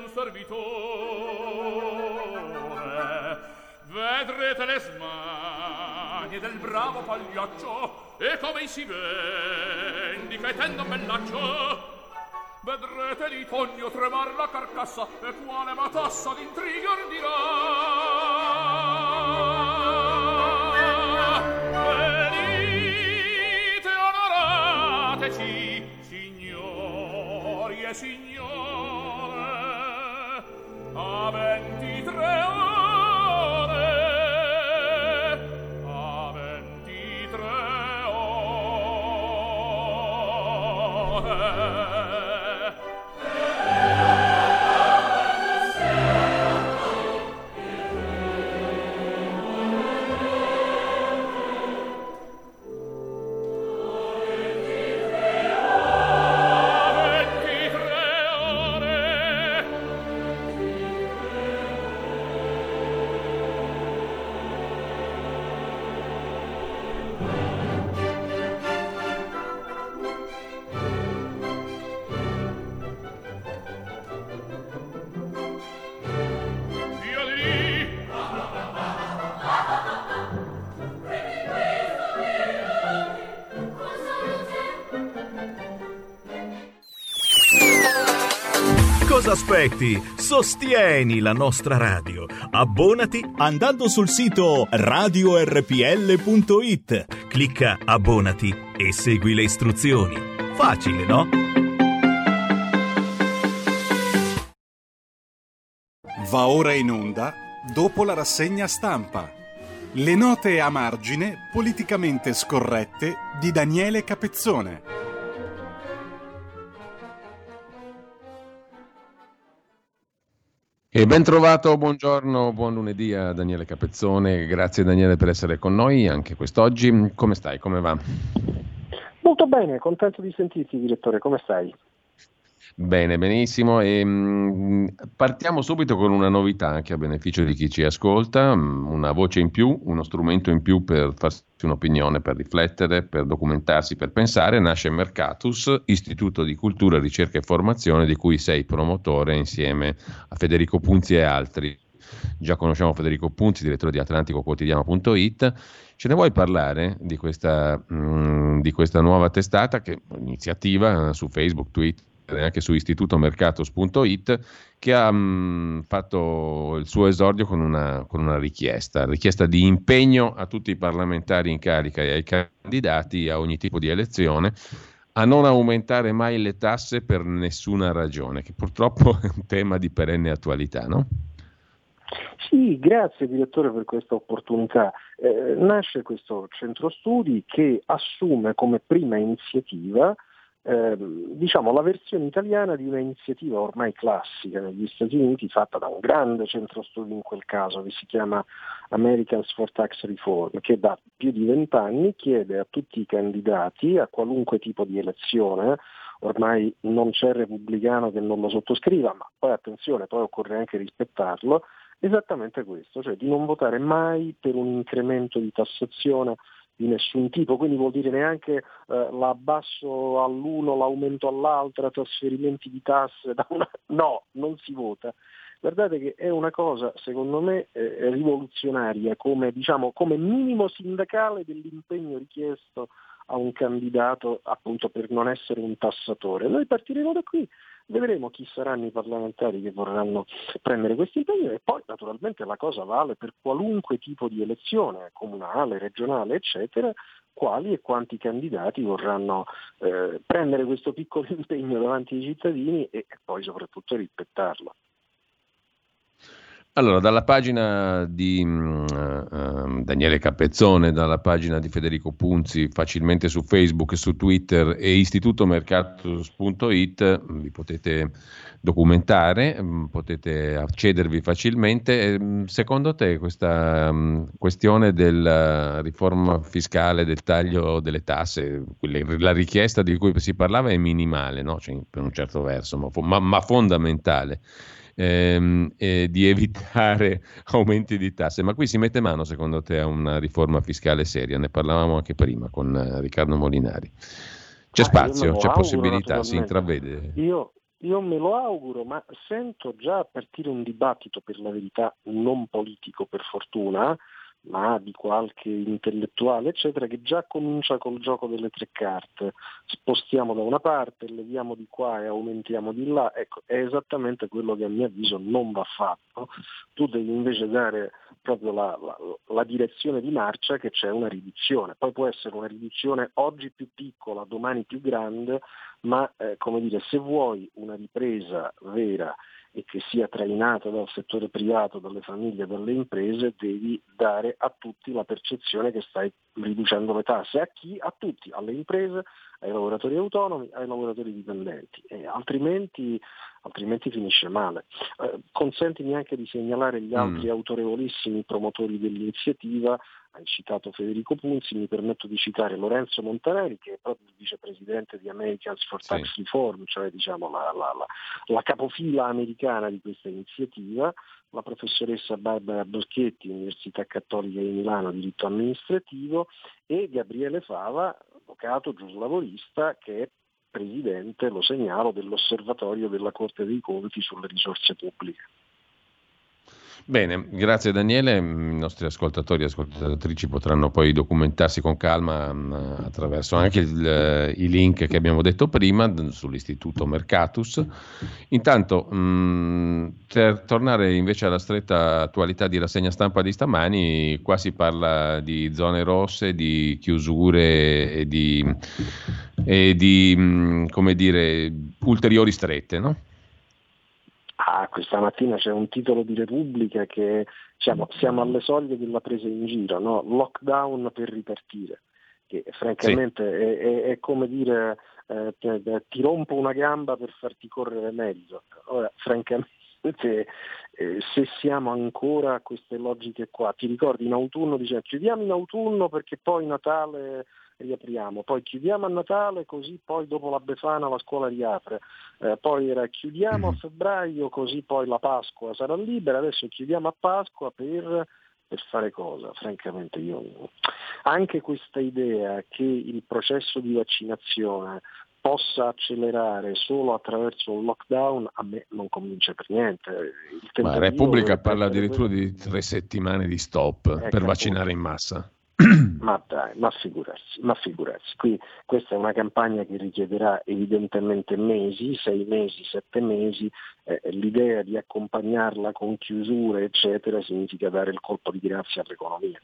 servitore. Vedrete le smanie del bravo pagliaccio e come si vendica e tendo bellaccio. Vedrete di Tonio tremar la carcassa e quale matassa d'intriga ordirà. Venite, onorateci, signori e signore, a ventitré ore, a ventitré ore. Cosa aspetti? Sostieni la nostra radio. Abbonati andando sul sito radio erre pi elle punto it. Clicca abbonati e segui le istruzioni. Facile, no? Va ora in onda, dopo la rassegna stampa, le note a margine politicamente scorrette di Daniele Capezzone. E ben trovato, buongiorno, buon lunedì a Daniele Capezzone. Grazie Daniele per essere con noi anche quest'oggi. Come stai? Come va? Molto bene, contento di sentirti, direttore, come stai? Bene, benissimo. E, mh, partiamo subito con una novità anche a beneficio di chi ci ascolta, mh, una voce in più, uno strumento in più per farsi un'opinione, per riflettere, per documentarsi, per pensare. Nasce Mercatus, Istituto di Cultura, Ricerca e Formazione, di cui sei promotore insieme a Federico Punzi e altri. Già conosciamo Federico Punzi, direttore di atlantico quotidiano punto it. Ce ne vuoi parlare di questa, mh, di questa nuova testata, che iniziativa su Facebook, Twitter, anche su istituto mercatus punto it, che ha mh, fatto il suo esordio con una, con una richiesta, richiesta di impegno a tutti i parlamentari in carica e ai candidati a ogni tipo di elezione a non aumentare mai le tasse per nessuna ragione, che purtroppo è un tema di perenne attualità, no? Sì, grazie direttore per questa opportunità. Eh, nasce questo centro studi che assume come prima iniziativa Eh, diciamo la versione italiana di una iniziativa ormai classica negli Stati Uniti, fatta da un grande centro studi in quel caso, che si chiama Americans for Tax Reform, che da più di vent'anni chiede a tutti i candidati, a qualunque tipo di elezione, ormai non c'è repubblicano che non lo sottoscriva, ma poi attenzione, poi occorre anche rispettarlo, esattamente questo, cioè di non votare mai per un incremento di tassazione di nessun tipo, quindi vuol dire neanche eh, l'abbasso all'uno, l'aumento all'altra, trasferimenti di tasse da una... no, non si vota. Guardate che è una cosa secondo me eh, rivoluzionaria come, diciamo, come minimo sindacale dell'impegno richiesto a un candidato appunto per non essere un tassatore. Noi partiremo da qui, vedremo chi saranno i parlamentari che vorranno prendere questo impegno e poi naturalmente la cosa vale per qualunque tipo di elezione, comunale, regionale, eccetera, quali e quanti candidati vorranno eh, prendere questo piccolo impegno davanti ai cittadini e poi soprattutto rispettarlo. Allora, dalla pagina di uh, Daniele Capezzone, dalla pagina di Federico Punzi, facilmente su Facebook e su Twitter e istituto mercatus punto it vi potete documentare, potete accedervi facilmente. Secondo te questa um, questione della riforma fiscale, del taglio delle tasse, la richiesta di cui si parlava è minimale, no? Cioè, per un certo verso, ma, ma, ma fondamentale. Ehm, eh, di evitare aumenti di tasse, ma qui si mette mano secondo te a una riforma fiscale seria? Ne parlavamo anche prima con uh, Riccardo Molinari. C'è ah, spazio, c'è auguro, possibilità, si intravede? Io, io me lo auguro, ma sento già partire un dibattito, per la verità non politico per fortuna, ma di qualche intellettuale eccetera, che già comincia col gioco delle tre carte: spostiamo da una parte, leviamo di qua e aumentiamo di là. Ecco, è esattamente quello che a mio avviso non va fatto. Tu devi invece dare proprio la, la, la direzione di marcia, che c'è una riduzione. Poi può essere una riduzione oggi più piccola, domani più grande, ma eh, come dire, se vuoi una ripresa vera e che sia trainata dal settore privato, dalle famiglie, dalle imprese, devi dare a tutti la percezione che stai riducendo le tasse. A chi? A tutti, alle imprese, ai lavoratori autonomi, ai lavoratori dipendenti, e altrimenti, altrimenti finisce male. Eh, consentimi anche di segnalare gli altri mm. autorevolissimi promotori dell'iniziativa. Hai citato Federico Punzi, mi permetto di citare Lorenzo Montanari, che è proprio il vicepresidente di Americans for Tax sì. Reform, cioè diciamo la, la, la, la capofila americana di questa iniziativa, la professoressa Barbara Boschetti, Università Cattolica di Milano, diritto amministrativo, e Gabriele Fava, avvocato giuslavorista, che è presidente, lo segnalo, dell'osservatorio della Corte dei Conti sulle risorse pubbliche. Bene, grazie Daniele. I nostri ascoltatori e ascoltatrici potranno poi documentarsi con calma mh, attraverso anche il, i link che abbiamo detto prima sull'Istituto Mercatus. Intanto, mh, per tornare invece alla stretta attualità di rassegna stampa di stamani, qua si parla di zone rosse, di chiusure e di, e di mh, come dire, ulteriori strette, no? Ah, questa mattina c'è un titolo di Repubblica che diciamo, siamo alle soglie della presa in giro, no? Lockdown per ripartire, che francamente sì. è, è, è come dire eh, ti rompo una gamba per farti correre meglio. Ora, francamente, eh, se siamo ancora a queste logiche qua, ti ricordi in autunno diceva chiudiamo in autunno perché poi Natale riapriamo, poi chiudiamo a Natale così poi dopo la Befana la scuola riapre, eh, poi era chiudiamo a febbraio così poi la Pasqua sarà libera, adesso chiudiamo a Pasqua per, per fare cosa? Francamente io anche questa idea che il processo di vaccinazione possa accelerare solo attraverso un lockdown a me non convince per niente. Il Ma Repubblica parla addirittura quello... di tre settimane di stop ecco, per vaccinare in massa. Ma dai, ma figurarsi, ma figurarsi. Qui questa è una campagna che richiederà evidentemente mesi, sei mesi, sette mesi. Eh, l'idea di accompagnarla con chiusure, eccetera, significa dare il colpo di grazia all'economia.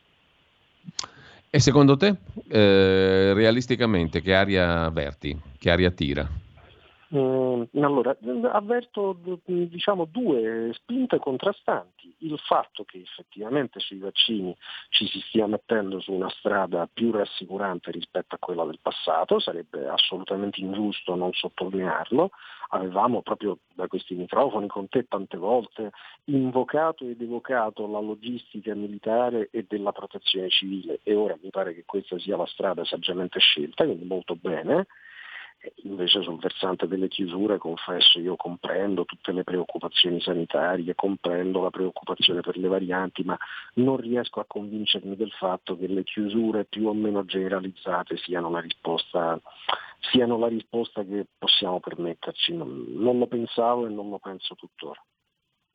E secondo te, eh, realisticamente, che aria avverti? Che aria tira? Mm, allora, avverto diciamo due spinte contrastanti. Il fatto che effettivamente sui vaccini ci si stia mettendo su una strada più rassicurante rispetto a quella del passato, sarebbe assolutamente ingiusto non sottolinearlo. Avevamo proprio da questi microfoni con te tante volte invocato ed evocato la logistica militare e della protezione civile e ora mi pare che questa sia la strada saggiamente scelta, quindi molto bene. Invece sul versante delle chiusure, confesso, io comprendo tutte le preoccupazioni sanitarie, comprendo la preoccupazione per le varianti, ma non riesco a convincermi del fatto che le chiusure più o meno generalizzate siano la risposta, siano la risposta che possiamo permetterci. Non, non lo pensavo e non lo penso tuttora.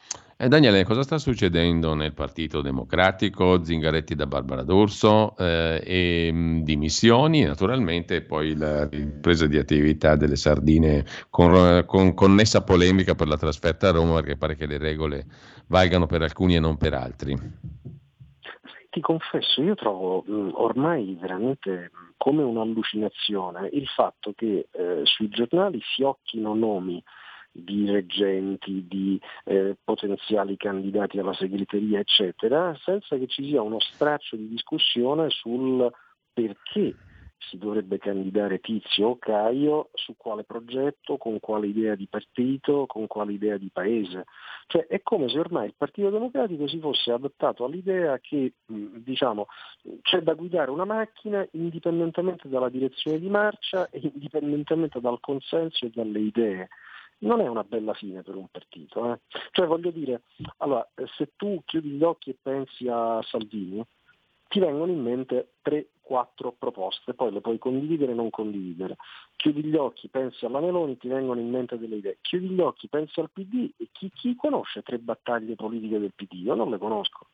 Eh, Daniele, cosa sta succedendo nel Partito Democratico? Zingaretti da Barbara D'Urso, eh, e mh, dimissioni, naturalmente, e poi la ripresa di attività delle sardine con, con connessa polemica per la trasferta a Roma, perché pare che le regole valgano per alcuni e non per altri. Ti confesso, io trovo mh, ormai veramente mh, come un'allucinazione il fatto che eh, sui giornali si occhino nomi di reggenti, di eh, potenziali candidati alla segreteria, eccetera, senza che ci sia uno straccio di discussione sul perché si dovrebbe candidare Tizio o Caio, su quale progetto, con quale idea di partito, con quale idea di paese. Cioè è come se ormai il Partito Democratico si fosse adattato all'idea che diciamo c'è da guidare una macchina indipendentemente dalla direzione di marcia e indipendentemente dal consenso e dalle idee. Non è una bella fine per un partito. Eh? Cioè voglio dire, allora, se tu chiudi gli occhi e pensi a Salvini, ti vengono in mente tre quattro proposte, poi le puoi condividere o non condividere. Chiudi gli occhi, pensi alla Meloni, ti vengono in mente delle idee. Chiudi gli occhi, pensi al P D e chi, chi conosce tre battaglie politiche del P D? Io non le conosco.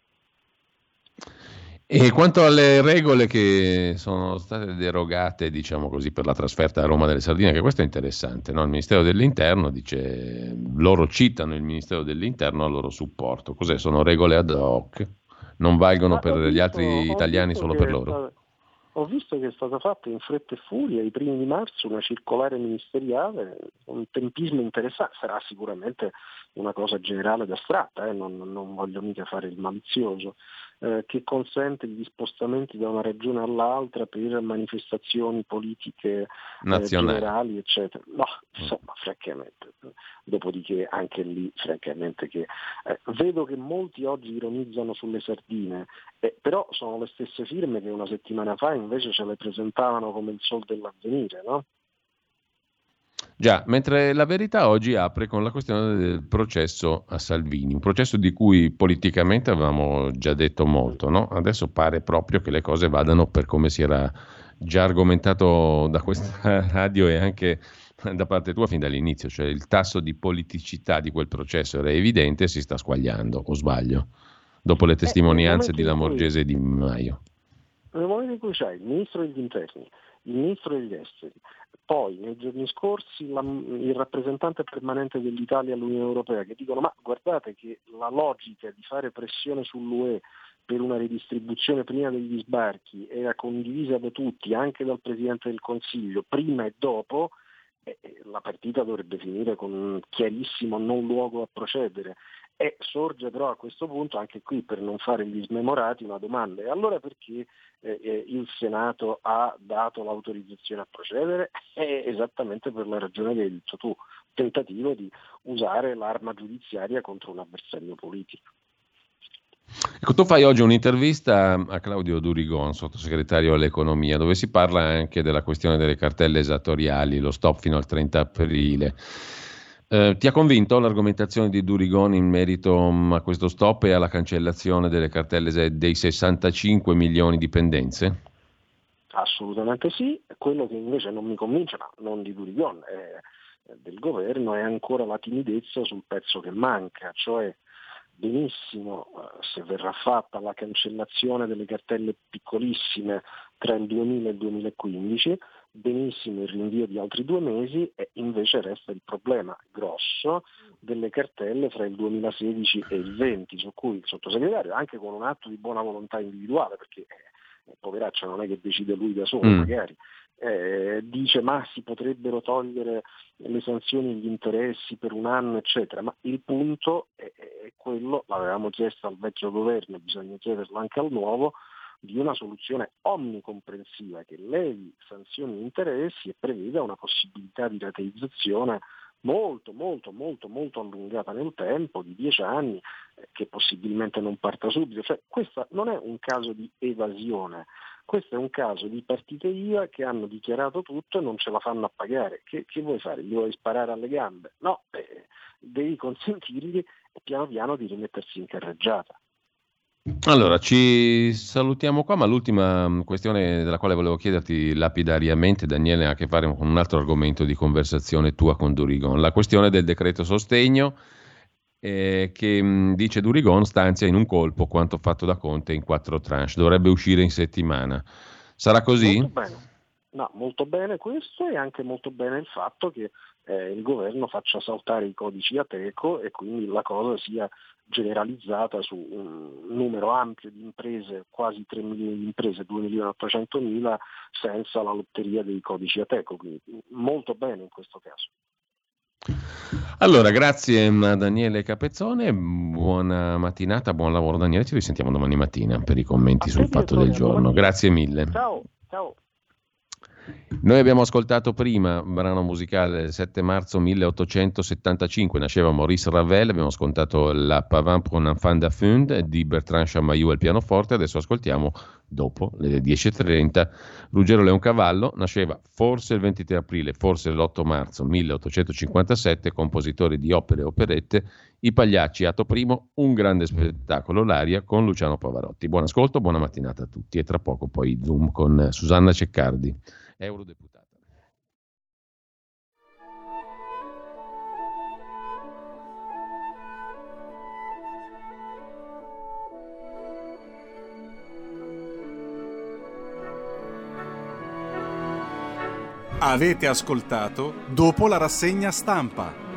E quanto alle regole che sono state derogate, diciamo così, per la trasferta a Roma delle Sardine, che questo è interessante, no? Il Ministero dell'Interno dice, loro citano il Ministero dell'Interno a loro supporto. Cos'è? Sono regole ad hoc? Non valgono Ma per visto, gli altri italiani, solo per loro? Stata, ho visto che è stata fatta in fretta e furia ai primi di marzo una circolare ministeriale, un tempismo interessante, sarà sicuramente una cosa generale ed astratta, eh? non, non voglio mica fare il malizioso, eh, che consente gli spostamenti da una regione all'altra per manifestazioni politiche eh, generali, eccetera. No, insomma, francamente, dopodiché anche lì, francamente, che eh, vedo che molti oggi ironizzano sulle sardine, eh, però sono le stesse firme che una settimana fa invece ce le presentavano come il sol dell'avvenire, no? Già, mentre La Verità oggi apre con la questione del processo a Salvini, un processo di cui politicamente avevamo già detto molto, no? Adesso pare proprio che le cose vadano per come si era già argomentato da questa radio e anche da parte tua fin dall'inizio, cioè il tasso di politicità di quel processo era evidente e si sta squagliando, o sbaglio? Dopo le testimonianze eh, di Lamorgese e Di Maio. Nel momento in cui c'è il ministro degli interni, il ministro degli esteri, poi nei giorni scorsi la, il rappresentante permanente dell'Italia all'Unione Europea che dicono ma guardate che la logica di fare pressione sull'U E per una ridistribuzione prima degli sbarchi era condivisa da tutti, anche dal Presidente del Consiglio, prima e dopo, eh, la partita dovrebbe finire con un chiarissimo non luogo a procedere. E sorge però a questo punto, anche qui per non fare gli smemorati, una domanda: e allora perché eh, il Senato ha dato l'autorizzazione a procedere? È esattamente per la ragione che hai detto tu, tentativo di usare l'arma giudiziaria contro un avversario politico. Ecco, tu fai oggi un'intervista a Claudio Durigon, sottosegretario all'economia, dove si parla anche della questione delle cartelle esattoriali, lo stop fino al trenta aprile. Eh, ti ha convinto l'argomentazione di Durigon in merito um, a questo stop e alla cancellazione delle cartelle dei sessantacinque milioni di pendenze? Assolutamente sì. Quello che invece non mi convince, ma non di Durigon, è del governo, è ancora la timidezza sul pezzo che manca, cioè benissimo se verrà fatta la cancellazione delle cartelle piccolissime tra il duemila e il duemilaquindici, benissimo il rinvio di altri due mesi, e invece resta il problema grosso delle cartelle fra il duemilasedici e il venti, su cui il sottosegretario, anche con un atto di buona volontà individuale, perché eh, poveraccio non è che decide lui da solo, mm. magari eh, dice ma si potrebbero togliere le sanzioni e gli interessi per un anno, eccetera, ma il punto è, è quello, l'avevamo chiesto al vecchio governo, bisogna chiederlo anche al nuovo, di una soluzione omnicomprensiva che levi sanzioni e interessi e preveda una possibilità di rateizzazione molto molto molto molto allungata nel tempo, di dieci anni, eh, che possibilmente non parta subito. Cioè, questo non è un caso di evasione, questo è un caso di partite I V A che hanno dichiarato tutto e non ce la fanno a pagare. Che, che vuoi fare? Gli vuoi sparare alle gambe? No, eh, devi consentirgli piano piano di rimettersi in carreggiata. Allora, ci salutiamo qua, ma l'ultima questione della quale volevo chiederti lapidariamente, Daniele, ha a che fare con un altro argomento di conversazione tua con Durigon, la questione del decreto sostegno eh, che mh, dice Durigon stanzia in un colpo quanto fatto da Conte in quattro tranche, dovrebbe uscire in settimana. Sarà così? Molto bene. No, molto bene questo e anche molto bene il fatto che eh, il governo faccia saltare i codici Ateco e quindi la cosa sia generalizzata su un numero ampio di imprese, quasi tre milioni di imprese, due milioni e ottocentomila, senza la lotteria dei codici Ateco, quindi molto bene in questo caso. Allora, grazie a Daniele Capezzone, buona mattinata, buon lavoro Daniele, ci risentiamo domani mattina per i commenti sul fatto del giorno. Grazie mille. Ciao, ciao. Noi abbiamo ascoltato prima un brano musicale del sette marzo milleottocentosettantacinque, nasceva Maurice Ravel, abbiamo ascoltato La Pavane pour un enfant de fund di Bertrand Chamayou al pianoforte, adesso ascoltiamo, dopo le dieci e trenta, Ruggero Leoncavallo, nasceva forse il ventitré aprile, forse l'otto marzo milleottocentocinquantasette, compositore di opere e operette, I Pagliacci, atto primo, un grande spettacolo, l'Aria con Luciano Pavarotti. Buon ascolto, buona mattinata a tutti e tra poco poi Zoom con Susanna Ceccardi, eurodeputata. Avete ascoltato Dopo la rassegna stampa,